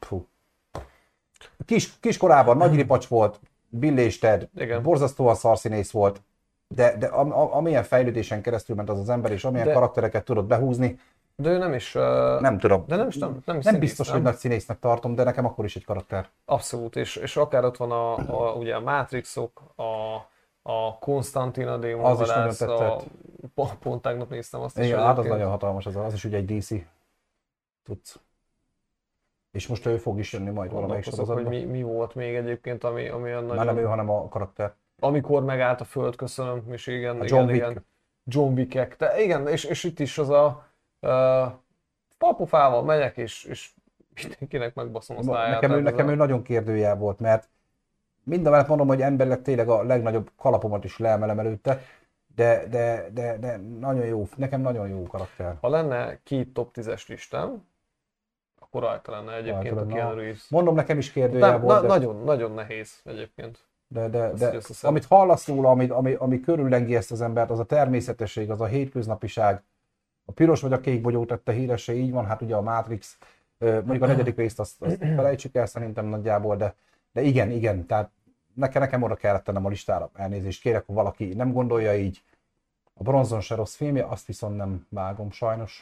Kiskorában nagy ripacs volt, Bill és Ted, borzasztóan szarszínész volt, de amilyen fejlődésen keresztül ment az az ember, és amilyen karaktereket tudott behúzni, de ő nem is... nem tudom. De nem is színész, biztos, hogy nagy színésznek tartom, de nekem akkor is egy karakter. Abszolút, és akár ott van ugye a Matrixok, a Konstantina démonvadász, pont tegnap néztem azt is. Igen, hát az nagyon hatalmas, az is ugye egy DC. Tudsz. És most ő fog is jönni majd valamelyik sorozatban. Hogy mi volt még egyébként, ami olyan nagyon... Már nem ő, hanem a karakter. Amikor megállt a föld, köszönöm, és igen. John Wickek. De igen, és itt is az a... papufával megyek, és mindenkinek megbaszom a száját. Nekem ő nagyon kérdőjel volt, mert mind a mellett mondom, hogy emberileg tényleg a legnagyobb kalapomat is leemelem előtte, de nagyon jó, nekem nagyon jó karakter. Ha lenne 2 top 10-es listám, akkor rajta lenne egyébként a Keanu Reeves. Mondom, nekem is kérdőjel volt. Nagyon nehéz egyébként. De amit hallasz róla, ami körüllengi ezt az embert, az a természetesség, az a hétköznapiság, a piros vagy a kék bogyó tette híressé, így van, hát ugye a Matrix, mondjuk a 4. részt azt felejtsük el szerintem nagyjából, de igen, tehát nekem oda kellett tennem a listára, elnézést kérek, ha valaki nem gondolja így. A Bronzon se rossz filmje, azt viszont nem vágom sajnos.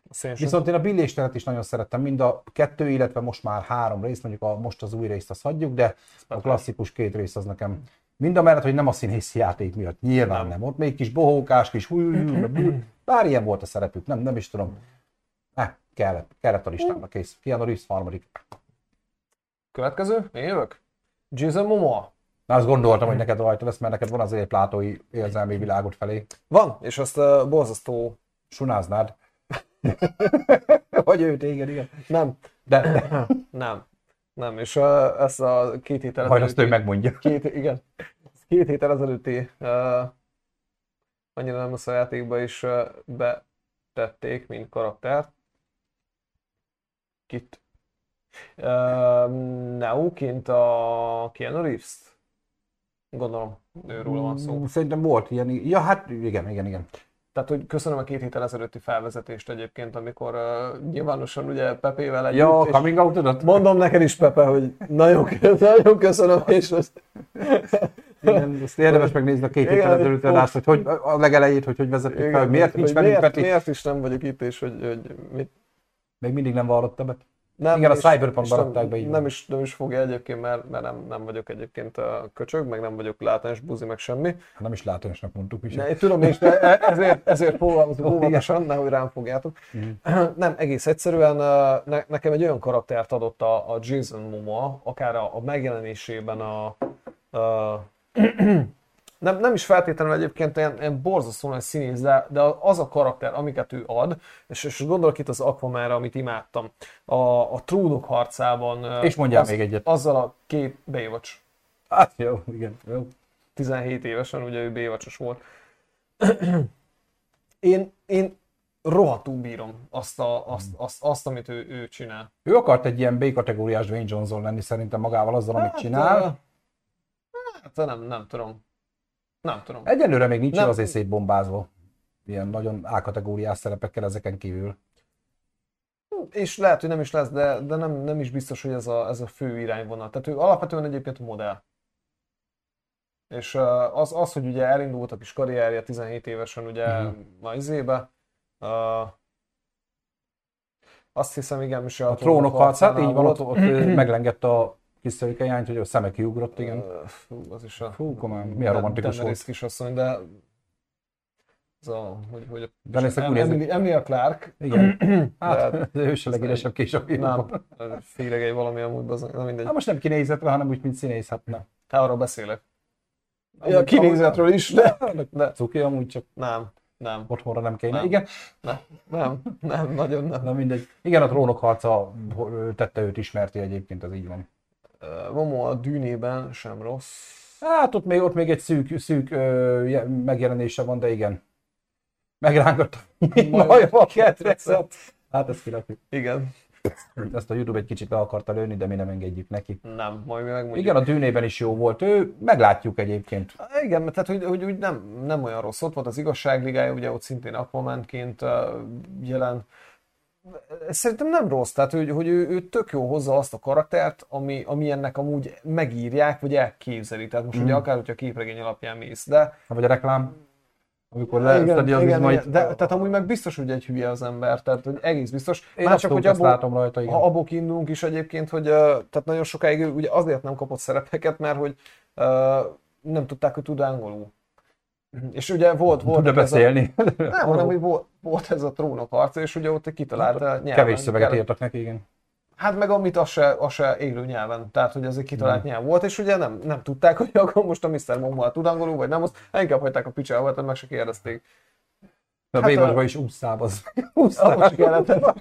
Viszont én a Billy és Tenet is nagyon szerettem, mind a 2, illetve most már 3 rész, mondjuk most az új részt azt hagyjuk, de a klasszikus 2 rész az nekem mind a mellett, hogy nem a színészi játék miatt, nyilván nem. Ott még kis bohókás, kis bár ilyen volt a szerepük, nem is tudom. Kellett a listámra, kész. Keanu Reeves harmadik. Következő, én jövök. Jason Momoa. Na, azt gondoltam, hogy neked rajta lesz, mert neked van azért plátói érzelmi világot felé. Van, és azt borzasztó... Sunáznád. Vagy őt, igen. Nem. De. Nem, és ezt a 2 héttel ezelőtti... Majd azt ő megmondja. 2 héttel ezelőtti annyira nem a játékba is betették, mint karaktert. Kit? Neo-ként a Keanu Reeves-t? Gondolom, őről van szó. Szerintem volt ilyen, ja hát igen. Tehát, hogy köszönöm a 2 héttel ezelőtti felvezetést egyébként, amikor nyilvánosan ugye Pepével együtt. Ja, coming out-odat? Mondom neked is, Pepe, hogy nagyon köszönöm, és igen, ezt érdemes megnézni a 2 héttel ezelőtti adást, hogy a legelejét, hogy vezettük fel, miért nincs velünk Peti. Miért is nem vagyok itt, és hogy mit... Még mindig nem vallotta be. Nem, igen, a Cyberpunk-ban rakták be így. Nem is fogja egyébként, mert nem vagyok egyébként a köcsög, meg nem vagyok látens buzi, meg semmi. Nem is látensnak mondtuk is. Tudom is, de ezért fogalmazok óvatosan, nehogy rám fogjátok. Nem, egész egyszerűen nekem egy olyan karaktert adott a Jason Momoa, akár a megjelenésében nem is feltétlenül egyébként ilyen borzasztó nagy színész, de az a karakter, amiket ő ad, és gondolok itt az Aquamanra, amit imádtam, a Trónok harcában. És mondjál még egyet. Azzal a 2 Baywatch. Hát jó, igen. Jó. 17 évesen, ugye ő Baywatch-os volt. Én rohadtul bírom azt amit ő csinál. Ő akart egy ilyen B-kategóriás Dwayne Johnson lenni szerintem magával azzal, amit csinál. Nem tudom. Nem tudom. Egyelőre még nincs azért szétbombázva. Ilyen nagyon A-kategóriás szerepekkel ezeken kívül. És lehet, hogy nem is lesz, de nem is biztos, hogy ez a fő irányvonal. Tehát ő alapvetően egyébként modell. És az, hogy ugye elindult a kis karrierje 17 évesen ugye ma izébe, azt hiszem igen, is a Trónok harcát, így van, ott meglengett a kis szölykejányt, hogy a szeme kiugrott, igen. Az is a... komolyan, milyen romantikus volt. Kisasszony, de... hogy Emilia Clarke. Igen. Hát, ő se legéresebb később. Nem, féregei valami amúgy, nem mindegy. Hát most nem kinézetre, hanem úgy, mint színész, hát nem. Hát arról beszélek. Ja, kinézetről is, de... Cuki amúgy csak... Nem. Otthonra nem kéne, igen. Nem, nagyon nem. Na mindegy. Igen, a Trónok harca tette őt ismerté egyébként, az így van. Momo a Dűnében sem rossz. Hát ott még egy szűk megjelenése van, de igen. Megrángatta. Majom a ketrecet. Hát ezt kilapjuk. Igen. Ezt a YouTube egy kicsit le akarta lőni, de mi nem engedjük neki. Nem, majd mi megmondjuk. Igen, a Dűnében is jó volt ő, meglátjuk egyébként. Igen, tehát hogy úgy nem olyan rossz. Ott volt az Igazságligája, ugye ott szintén Aquamanként jelent. Szerintem nem rossz, tehát hogy ő tök jó hozza azt a karaktert, ami ennek amúgy megírják, vagy elképzeli. Tehát most ugye akár, hogyha a képregény alapján mész, de... Vagy a reklám, amikor leszedi az izmait. De tehát amúgy meg biztos, hogy egy hülye az ember, tehát hogy egész biztos. Én már csak, hogy látom rajta, igen. Ha abból indulunk is egyébként, hogy tehát nagyon sokáig ugye azért nem kapott szerepeket, mert hogy nem tudták, hogy tud angolul. És ugye volt tud beszélni. Nem, hanem hogy volt ez a Trónok harca, és ugye ott kitalálta nyelven. Kevés szöveget írtak neki, igen. Hát meg amit az se élő nyelven, tehát hogy ez egy kitalált nyelv volt, és ugye nem tudták, hogy akkor most a Mr. Momoa tud angolul, vagy nem, azt inkább hagyták a picsába, tehát meg se kérdezték. A Baywatchban is úszszábaz. Úszszábaz kellett.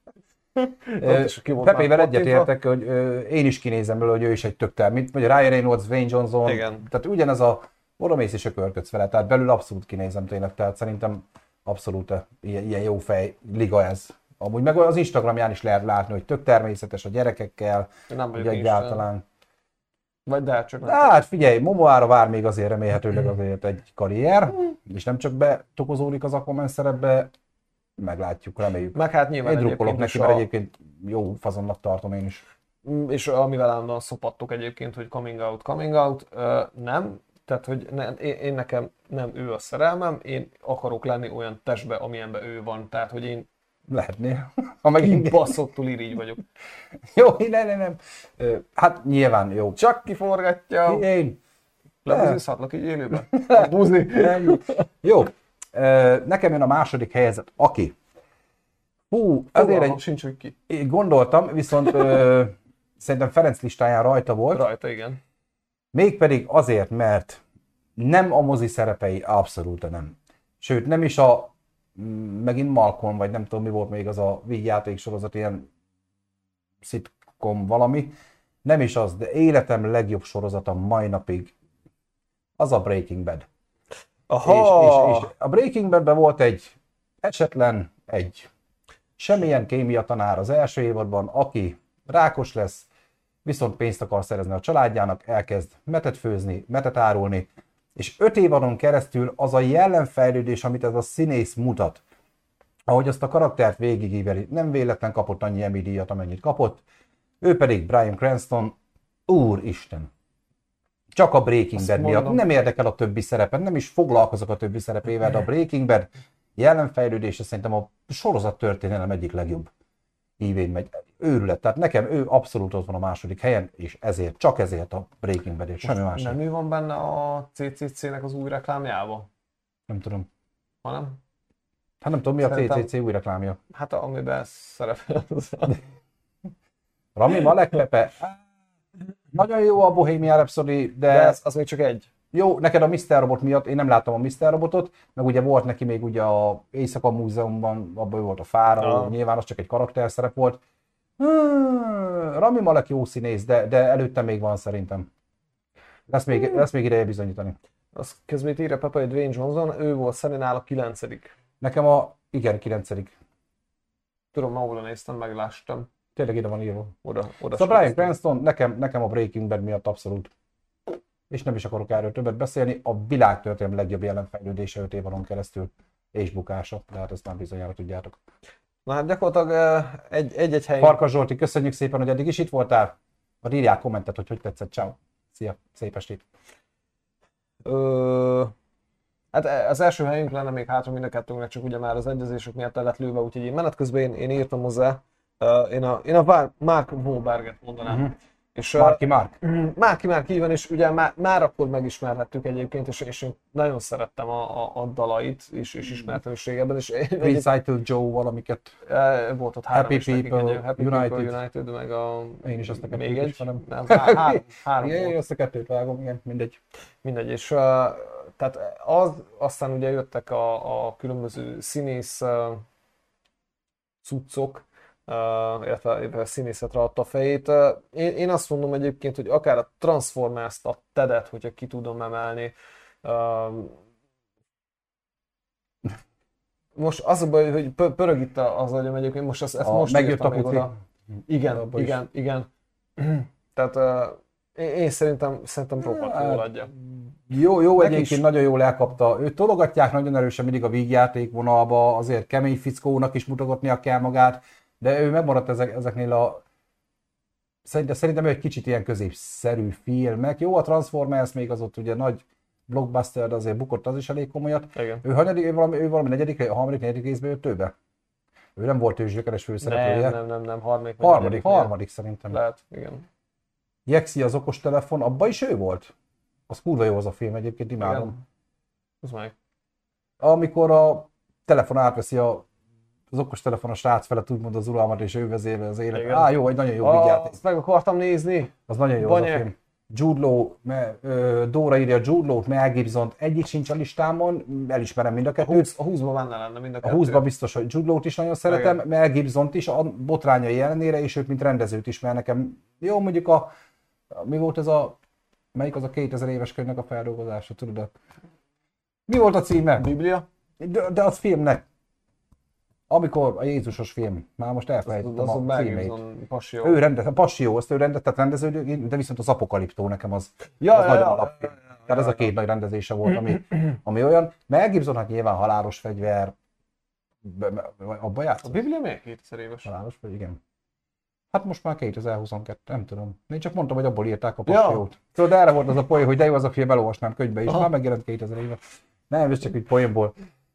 Pepével egyetértek, hogy én is kinézem belőle, hogy ő is egy tök termét, vagy Ryan Reynolds, Dwayne Johnson, igen. Tehát ugyanez a odamész és ökölködsz vele, tehát belül abszolút kinézem tényleg, tehát szerintem abszolút ilyen jó fej liga ez. Amúgy meg az Instagramján is lehet látni, hogy tök természetes a gyerekekkel, nem ugye egyáltalán. Vagy de csak nem. Hát figyelj, Momoára vár még azért remélhetőleg azért egy karrier, és nem csak betokozódik az Aquaman szerepbe, meglátjuk, reméljük. Meg hát nyilván én drukkolok neki, mert egyébként jó fazonnak tartom én is. És amivel állandóan szopattuk egyébként, hogy coming out, nem. Tehát, hogy én nekem nem ő a szerelmem, én akarok lenni olyan testbe, amilyenben ő van. Tehát, hogy én Lehetnél. Ha megint Baszottul irigy vagyok. Jó, nem. Hát nyilván jó. Csak kiforgatja. Én. Lebuzizhatlak így élőben. A buzi. Jó. Nekem jön a második helyzet, aki. Hú, azért sincs, hogy ki. Én gondoltam, viszont szerintem Ferenc listáján rajta volt. Rajta, igen. Mégpedig azért, mert nem a mozi szerepei, abszolút nem. Sőt, nem is a megint Malcolm, vagy nem tudom mi volt még az a vígjáték sorozat, ilyen szitkom valami. Nem is az, de életem legjobb sorozata mai napig az a Breaking Bad. És a Breaking Badben volt egy esetlen, egy semmilyen kémia tanár az első évadban, aki rákos lesz, viszont pénzt akar szerezni a családjának, elkezd metet főzni, metet árulni, és 5 évadon keresztül az a jellemfejlődés, amit ez a színész mutat, ahogy azt a karaktert végigíveli, nem véletlen kapott annyi Emmy díjat, amennyit kapott, ő pedig Bryan Cranston, úristen. Csak a Breaking Bad miatt. Nem érdekel a többi szerepe, nem is foglalkozok a többi szerepével, de a Breaking Bad jellemfejlődése szerintem a sorozat történelem egyik legjobb hívén megy. Őrület. Tehát nekem ő abszolút ott van a második helyen, és ezért, csak ezért a Breaking Bad, és semmi más. Nem ő van benne a CCC-nek az új reklámjába? Nem tudom. Hanem? Hát nem tudom, mi a CCC új reklámja. Hát amiben szerepel az. Rami Malek Pepe. Nagyon jó a Bohemian Rhapsody, de az még csak egy. Jó, neked a Mr. Robot miatt, én nem láttam a Mr. Robotot, meg ugye volt neki még ugye a Éjszaka Múzeumban, abban ő volt a Fáraó, nyilván az csak egy karakterszerep volt. Rami Malek jó színész, de előtte még van szerintem. Lesz még ideje bizonyítani. Az közben írja Pepe, hogy Dwayne Johnson, ő volt szerintem a 9. Nekem igen, 9. Tudom, ahol néztem, meglástam. Tényleg ide van írva. Oda szóval Bryan Cranston nekem a Breaking Bad miatt abszolút. És nem is akarok erről többet beszélni. A világtörténelem legjobb jelenfejlődése 5 évadon keresztül és bukása. De hát ezt már bizonyára tudjátok. Na hát gyakorlatilag egy-egy helyen... Farkas Zsolti, köszönjük szépen, hogy eddig is itt voltál. Vagy írják kommentet, hogy tetszett. Ciao. Szia, szép estét. Hát az első helyünk lenne még hátra mind a kettőnknek, csak ugye már az egyezések miatt el lett lőve, úgyhogy én menet közben én írtam hozzá. Én a Mark Wahlberget mondanám. És, Marky, így van, és ugye már akkor megismerhettük egyébként, és én nagyon szerettem a dalait, és ismertem is régebben. Recital Joe valamiket. Volt ott 3 Happy People United, meg a... Én is azt a még egy. Nem, 3 volt. Azt a 2-t vágom, igen, mindegy. Mindegy, és tehát aztán ugye jöttek a különböző színész cuccok, illetve a színészetre adta a fejét. Én azt mondom egyébként, hogy akár a Transformers-t, a Tedet, hogyha ki tudom emelni. Most az a baj, hogy pörög itt az agyam egyébként, most ezt most írtam még oda. Igen. Tehát én szerintem roppant jól adja. Jó egyébként nagyon jól elkapta. Őt tologatják nagyon erősen mindig a vígjáték vonalba, azért kemény fickónak is mutogatnia kell magát, de ő megmaradt ezeknél a... Szerintem ő egy kicsit ilyen középszerű filmek. Jó, a Transformers még az ott ugye nagy blockbuster, de azért bukott az is elég komolyat. Igen. Ő valami negyedik részben jött többe? Ő nem volt ősgyökeres főszereplője? Nem. Harmadik szerintem. Lehet, igen. Jexi az okostelefon, abban is ő volt? Az kurva jó az a film egyébként, imádom. Az meg. Amikor a telefon átveszi az okostelefon a srác felett úgymond az uralmat, és ő vezérli az élet. Jó, egy nagyon jó vigyáték. Azt meg akartam nézni. Az nagyon jó az a film. Jude Law, Dóra írja Jude Law-t, Mel Gibsont, egyik sincs a listámon, elismerem mind a kettőt. A 20-ban benne lenne mind a kettő. A 20-ban biztos, hogy Jude Law-t is nagyon szeretem, igen. Mel Gibsont is, a botrányai ellenére, és őt mint rendezőt is, mert nekem jó, mondjuk mi volt ez melyik az a 2000 éves könyvnek a feldolgozása, tudod? Mi volt a címe? Biblia? De az filmnek. Amikor a Jézusos film, már most elfelejtettem a címét. Passió. Ő rendezte, a Passió, azt ő rendezte, tehát rendező, de viszont az Apokaliptó nekem az nagyon alapfilm. Tehát ez a két nagy rendezése volt, ami olyan. Mel Gibson, hát nyilván Halálos fegyver, abban játszott. A Biblia miért 2000 éves? Halálos fegyver, igen. Hát most már 2022, nem tudom. Én csak mondtam, hogy abból írták a Passiót. Tudod, erre volt az a poén, hogy de jó az a film, elolvasnám könyvbe is. Már megjelent 2000 éve. Nem, ez csak egy poénból.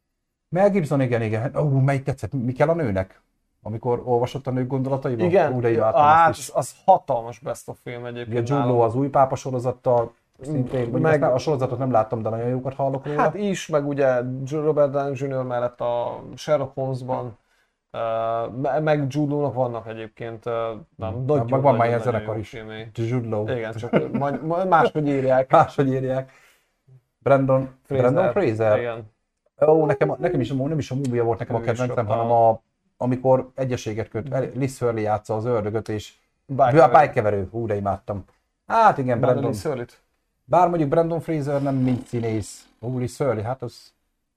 Mel Gibson, igen. Melyik tetszett? Mi kell a nőnek? Amikor olvasott a nők gondolataiban? Igen, Hát az hatalmas best of film egyébként. Ugye Jude Law az új pápa sorozattal, szintén, meg, a sorozatot nem láttam, de nagyon jókat hallok róla. Hát is, meg ugye Robert Downey Jr. mellett a Sherlock Holmesban, meg Jude Law-nak vannak egyébként meg van már ilyen zenekar is. Jude Law. Igen, csak máshogy írják. Máshogy írják. Brandon Fraser. Igen. Nekem is nem is a movie volt nekem a kedvencem, hanem amikor egyeséget köt. Liz Hurley játsza az ördögöt, és bájkeverő. De imádtam. Hát igen, Brandon. Bár mondjuk Brandon Fraser nem mint színész. Liz Hurley, hát az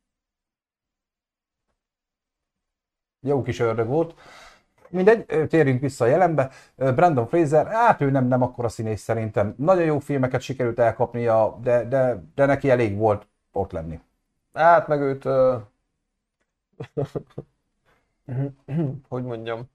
jó kis ördög volt. Mindegy, térjünk vissza a jelenbe. Brandon Fraser, hát ő nem akkora színész szerintem. Nagyon jó filmeket sikerült elkapnia, de neki elég volt ott lenni. Hát meg őt... hogy mondjam...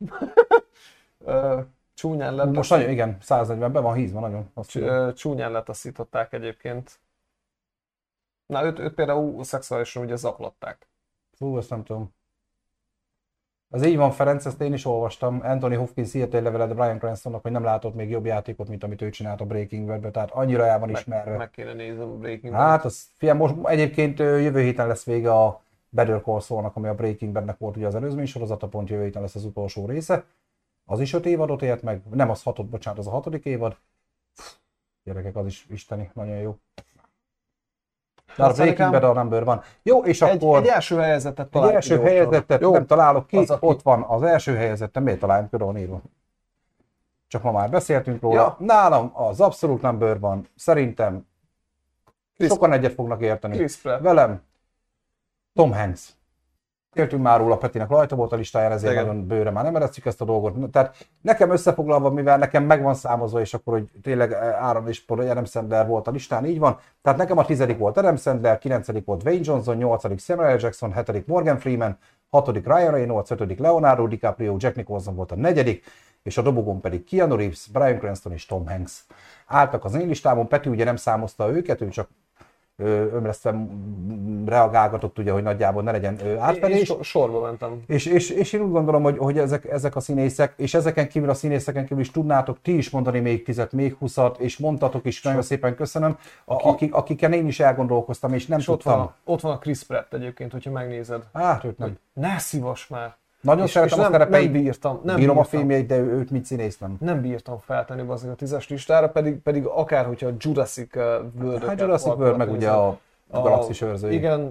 csúnyán lett. Most nagyon, igen, 140-ben van hízva nagyon. Csúnyán letaszították egyébként. Na, őt például szexuálisan ugye zaklatták. Ezt nem tudom. Az így van, Ferenc, ezt én is olvastam. Anthony Hopkins írt egy levelet Bryan Cranstonnak, hogy nem látott még jobb játékot, mint amit ő csinált a Breaking Bad-be, tehát annyira el van ismerve. Meg kéne nézni a Breaking Bad. Hát, fiam, most egyébként jövő héten lesz vége a Better Call Saul-nak, ami a Breaking Bad-nek volt ugye az előzmény sorozata, pont jövő héten lesz az utolsó része. Az is 5 évadot ért meg, nem az 6, bocsánat, az a 6. évad. Gyerekek, az is isteni, nagyon jó. De a Breaking Bad a number van. Jó, és akkor... Egy első helyezettet találok. Egy első helyezettet nem találok ki, ott van az első helyezettem, miért találom, körül van írva. Csak ma már beszéltünk róla. Ja. Nálam az abszolút number van, szerintem sokan egyet fognak érteni. Velem Tom Hanks. Értünk már róla, Petinek rajta volt a listáján, ezért nagyon bőre már nem eredszük ezt a dolgot. Tehát nekem összefoglalva, mivel nekem meg van számozva, és akkor, hogy tényleg Aaron és Adam Sandler volt a listán, így van. Tehát nekem a 10. volt Adam Sandler, 9. volt Dwayne Johnson, 8. Samuel L. Jackson, 7. Morgan Freeman, 6. Ryan Reynolds, 5. Leonardo DiCaprio, Jack Nicholson volt a 4. és a dobogón pedig Keanu Reeves, Bryan Cranston és Tom Hanks álltak az én listámon. Peti ugye nem számozta őket, ő csak ömlesztve reagálgatott, ugye, hogy nagyjából ne legyen átfedés. Sorba mentem. És én úgy gondolom, hogy ezek a színészek, és ezeken kívül a színészeken kívül is tudnátok ti is mondani még 10-et, még 20-at, és mondtatok is, nagyon szépen köszönöm, akikkel én is elgondolkoztam, és nem tudtam. Ott van a Chris Pratt egyébként, hogyha megnézed. Hát őt nem. Ne szívas már! Nagyon szeretem a szerepeit, nem bírom a filmjeit, de őt mint színész nem. Nem bírtam feltenni azért a 10-es listára, pedig akár, hogyha a Jurassic World-öket... Hát Jurassic World meg ugye a Galaxis őrzői. Igen.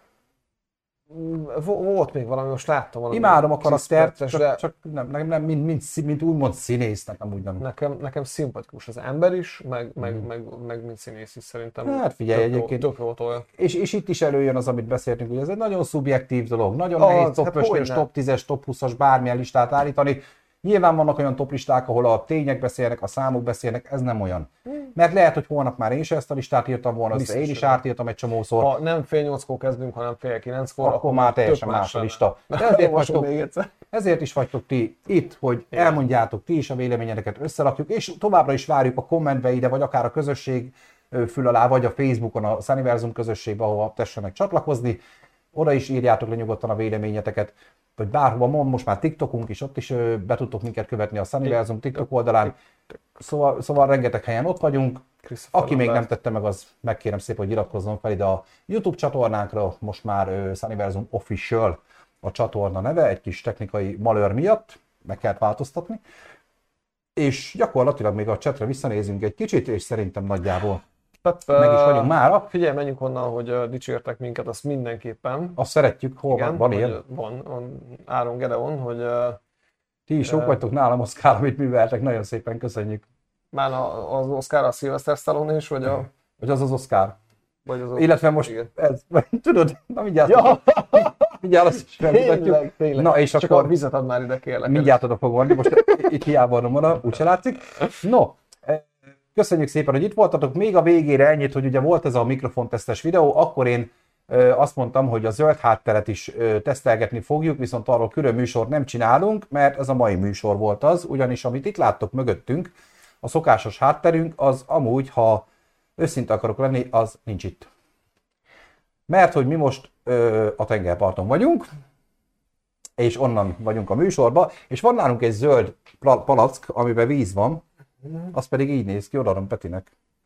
Volt még valami, most láttam valami. Imádom a karaktert, csak nem mint úgymond színész, nekem úgy nem. Nekem szimpatikus az ember is, meg mint színész is szerintem. Hát figyelj, egyébként. Tök volt olyan. És itt is előjön az, amit beszéltünk, hogy ez egy nagyon szubjektív dolog. Nagyon nehéz top 5-ös, top 10-es, top 20-as bármilyen listát állítani. Nyilván vannak olyan toplisták, ahol a tények beszélnek, a számok beszélnek, ez nem olyan. Mert lehet, hogy holnap már én is ezt a listát írtam volna, én is átírtam egy csomószor. Ha nem fél 8-kor kezdünk, hanem fél 9-kor, akkor már teljesen más a lista. Ezért is vagytok ti itt, hogy elmondjátok ti is a véleményeket, összerakjuk, és továbbra is várjuk a kommentbe ide, vagy akár a közösség fül alá, vagy a Facebookon, a Sunnyversum közösségbe, ahova tessenek csatlakozni. Oda is írjátok le nyugodtan a véleményeteket, vagy bárhova, most már TikTokunk is, ott is be tudtok minket követni a Sunnyversum TikTok oldalán. Szóval rengeteg helyen ott vagyunk. Aki még nem tette meg, az megkérem szépen, hogy iratkozzon fel ide a YouTube csatornánkra. Most már Sunnyversum Official a csatorna neve, egy kis technikai malőr miatt meg kellett változtatni. És gyakorlatilag még a chatre visszanézünk egy kicsit, és szerintem nagyjából meg is vagyunk mára. Figyelj, menjünk onnan, hogy dicsértek minket, azt mindenképpen. Azt szeretjük, hol igen, van ilyen? Van Áron Gedeon, hogy... Ti is jók vagytok nálam, Oszkár, amit műveltek, nagyon szépen köszönjük. Már az Oscar a Sylvester Stallone is, vagy a... Vagy az Oscar. Vagy az illetve most igen. Ez, tudod, na mindjárt, ja. Mindjárt azt is felmutatjuk. Tényleg. Na és csak akkor... a vizet ad már ide, kérlek. Mindjárt oda fog vanni, most itt hiába adom oda, úgyse látszik. No, köszönjük szépen, hogy itt voltatok. Még a végére ennyit, hogy ugye volt ez a mikrofontesztes videó, akkor én azt mondtam, hogy a zöld hátteret is tesztelgetni fogjuk, viszont arról külön műsort nem csinálunk, mert ez a mai műsor volt az, ugyanis amit itt láttok mögöttünk, a szokásos hátterünk, az amúgy, ha őszinte akarok lenni, az nincs itt. Mert hogy mi most a tengerparton vagyunk, és onnan vagyunk a műsorba, és van nálunk egy zöld palack, amiben víz van, az pedig így néz ki, odaadom Petinek.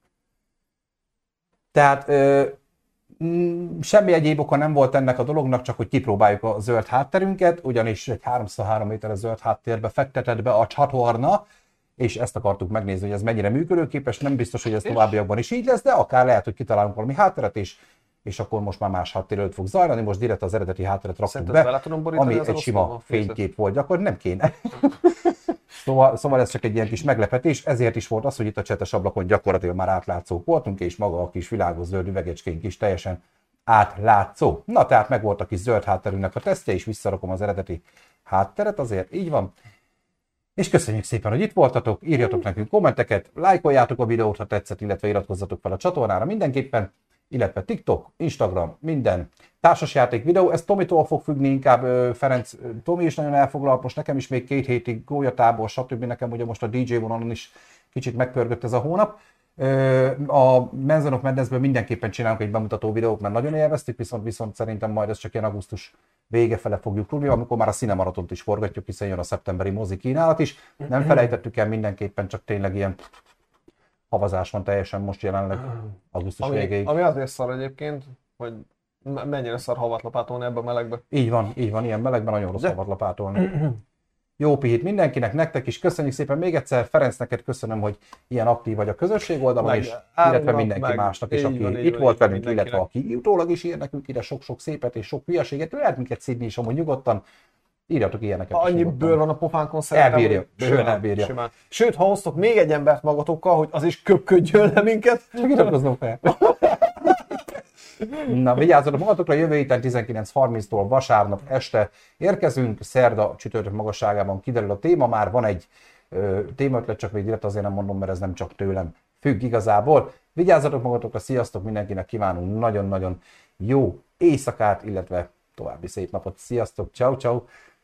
Tehát semmi egyéb oka nem volt ennek a dolognak, csak hogy kipróbáljuk a zöld hátterünket, ugyanis egy 3x3 méteres zöld háttérbe fektetett be a csatorna, és ezt akartuk megnézni, hogy ez mennyire működőképes, nem biztos, hogy ez továbbiakban is így lesz, de akár lehet, hogy kitalálunk valami hátteret is, és akkor most már más háttér előtt fog zajlani, most direkt az eredeti hátteret raktuk be, ami egy sima fénykép volt, gyakorlatilag nem kéne. Szóval ez csak egy ilyen kis meglepetés, ezért is volt az, hogy itt a csetes ablakon gyakorlatilag már átlátszók voltunk, és maga a kis világos zöld üvegecskénk is teljesen átlátszó. Na, tehát meg volt a kis zöld hátterünknek a tesztje, és visszarakom az eredeti hátteret, azért így van. És köszönjük szépen, hogy itt voltatok, írjatok nekünk kommenteket, lájkoljátok a videót, ha tetszett, illetve iratkozzatok fel a csatornára mindenképpen, illetve TikTok, Instagram, minden társasjáték videó. Ez Tomitól fog függni inkább, Ferenc, Tomi is nagyon elfoglalt, most nekem is még 2 hétig gólyatából, stb. Nekem ugye most a DJ vonalon is kicsit megpörgött ez a hónap. A Mansion of Madnessből mindenképpen csinálunk egy bemutató videót, mert nagyon élveztük, viszont szerintem majd ez csak ilyen augusztus vége fele fogjuk tudni, amikor már a Cinemaratont is forgatjuk, hiszen jön a szeptemberi mozi kínálat is. Nem felejtettük el mindenképpen, csak tényleg ilyen havazás van teljesen most jelenleg augusztus végéig. Ami azért szar egyébként, hogy mennyire szar havat lapátolni ebbe a melegbe. Így van, ilyen melegben nagyon rossz havat lapátolni. Jó pihit mindenkinek, nektek is köszönjük szépen még egyszer. Ferenc, neked köszönöm, hogy ilyen aktív vagy a közösség oldalon, és illetve mindenki másnak is, aki itt volt velünk, illetve aki utólag is ír nekünk ide sok-sok szépet és sok hülyeséget. Lehet minket szídni is amúgy nyugodtan. Írjatok ilyeneket. Annyi bőr van a pofánkon szerintem. Elbírja. Sőt, ha hoztok még egy embert magatokkal, hogy az is köpködjön le minket. Csak iratkoznom fel. Na, vigyázzatok magatokra, jövő héten 19:30-tól vasárnap este érkezünk, szerda csütörtök magasságában kiderül a téma, már van egy témaötlet, csak még direkt azért nem mondom, mert ez nem csak tőlem függ igazából. Vigyázzatok magatokra, sziasztok, mindenkinek kívánunk nagyon-nagyon jó éjszakát, illetve további szép napot, sziasztok, ciao ciao.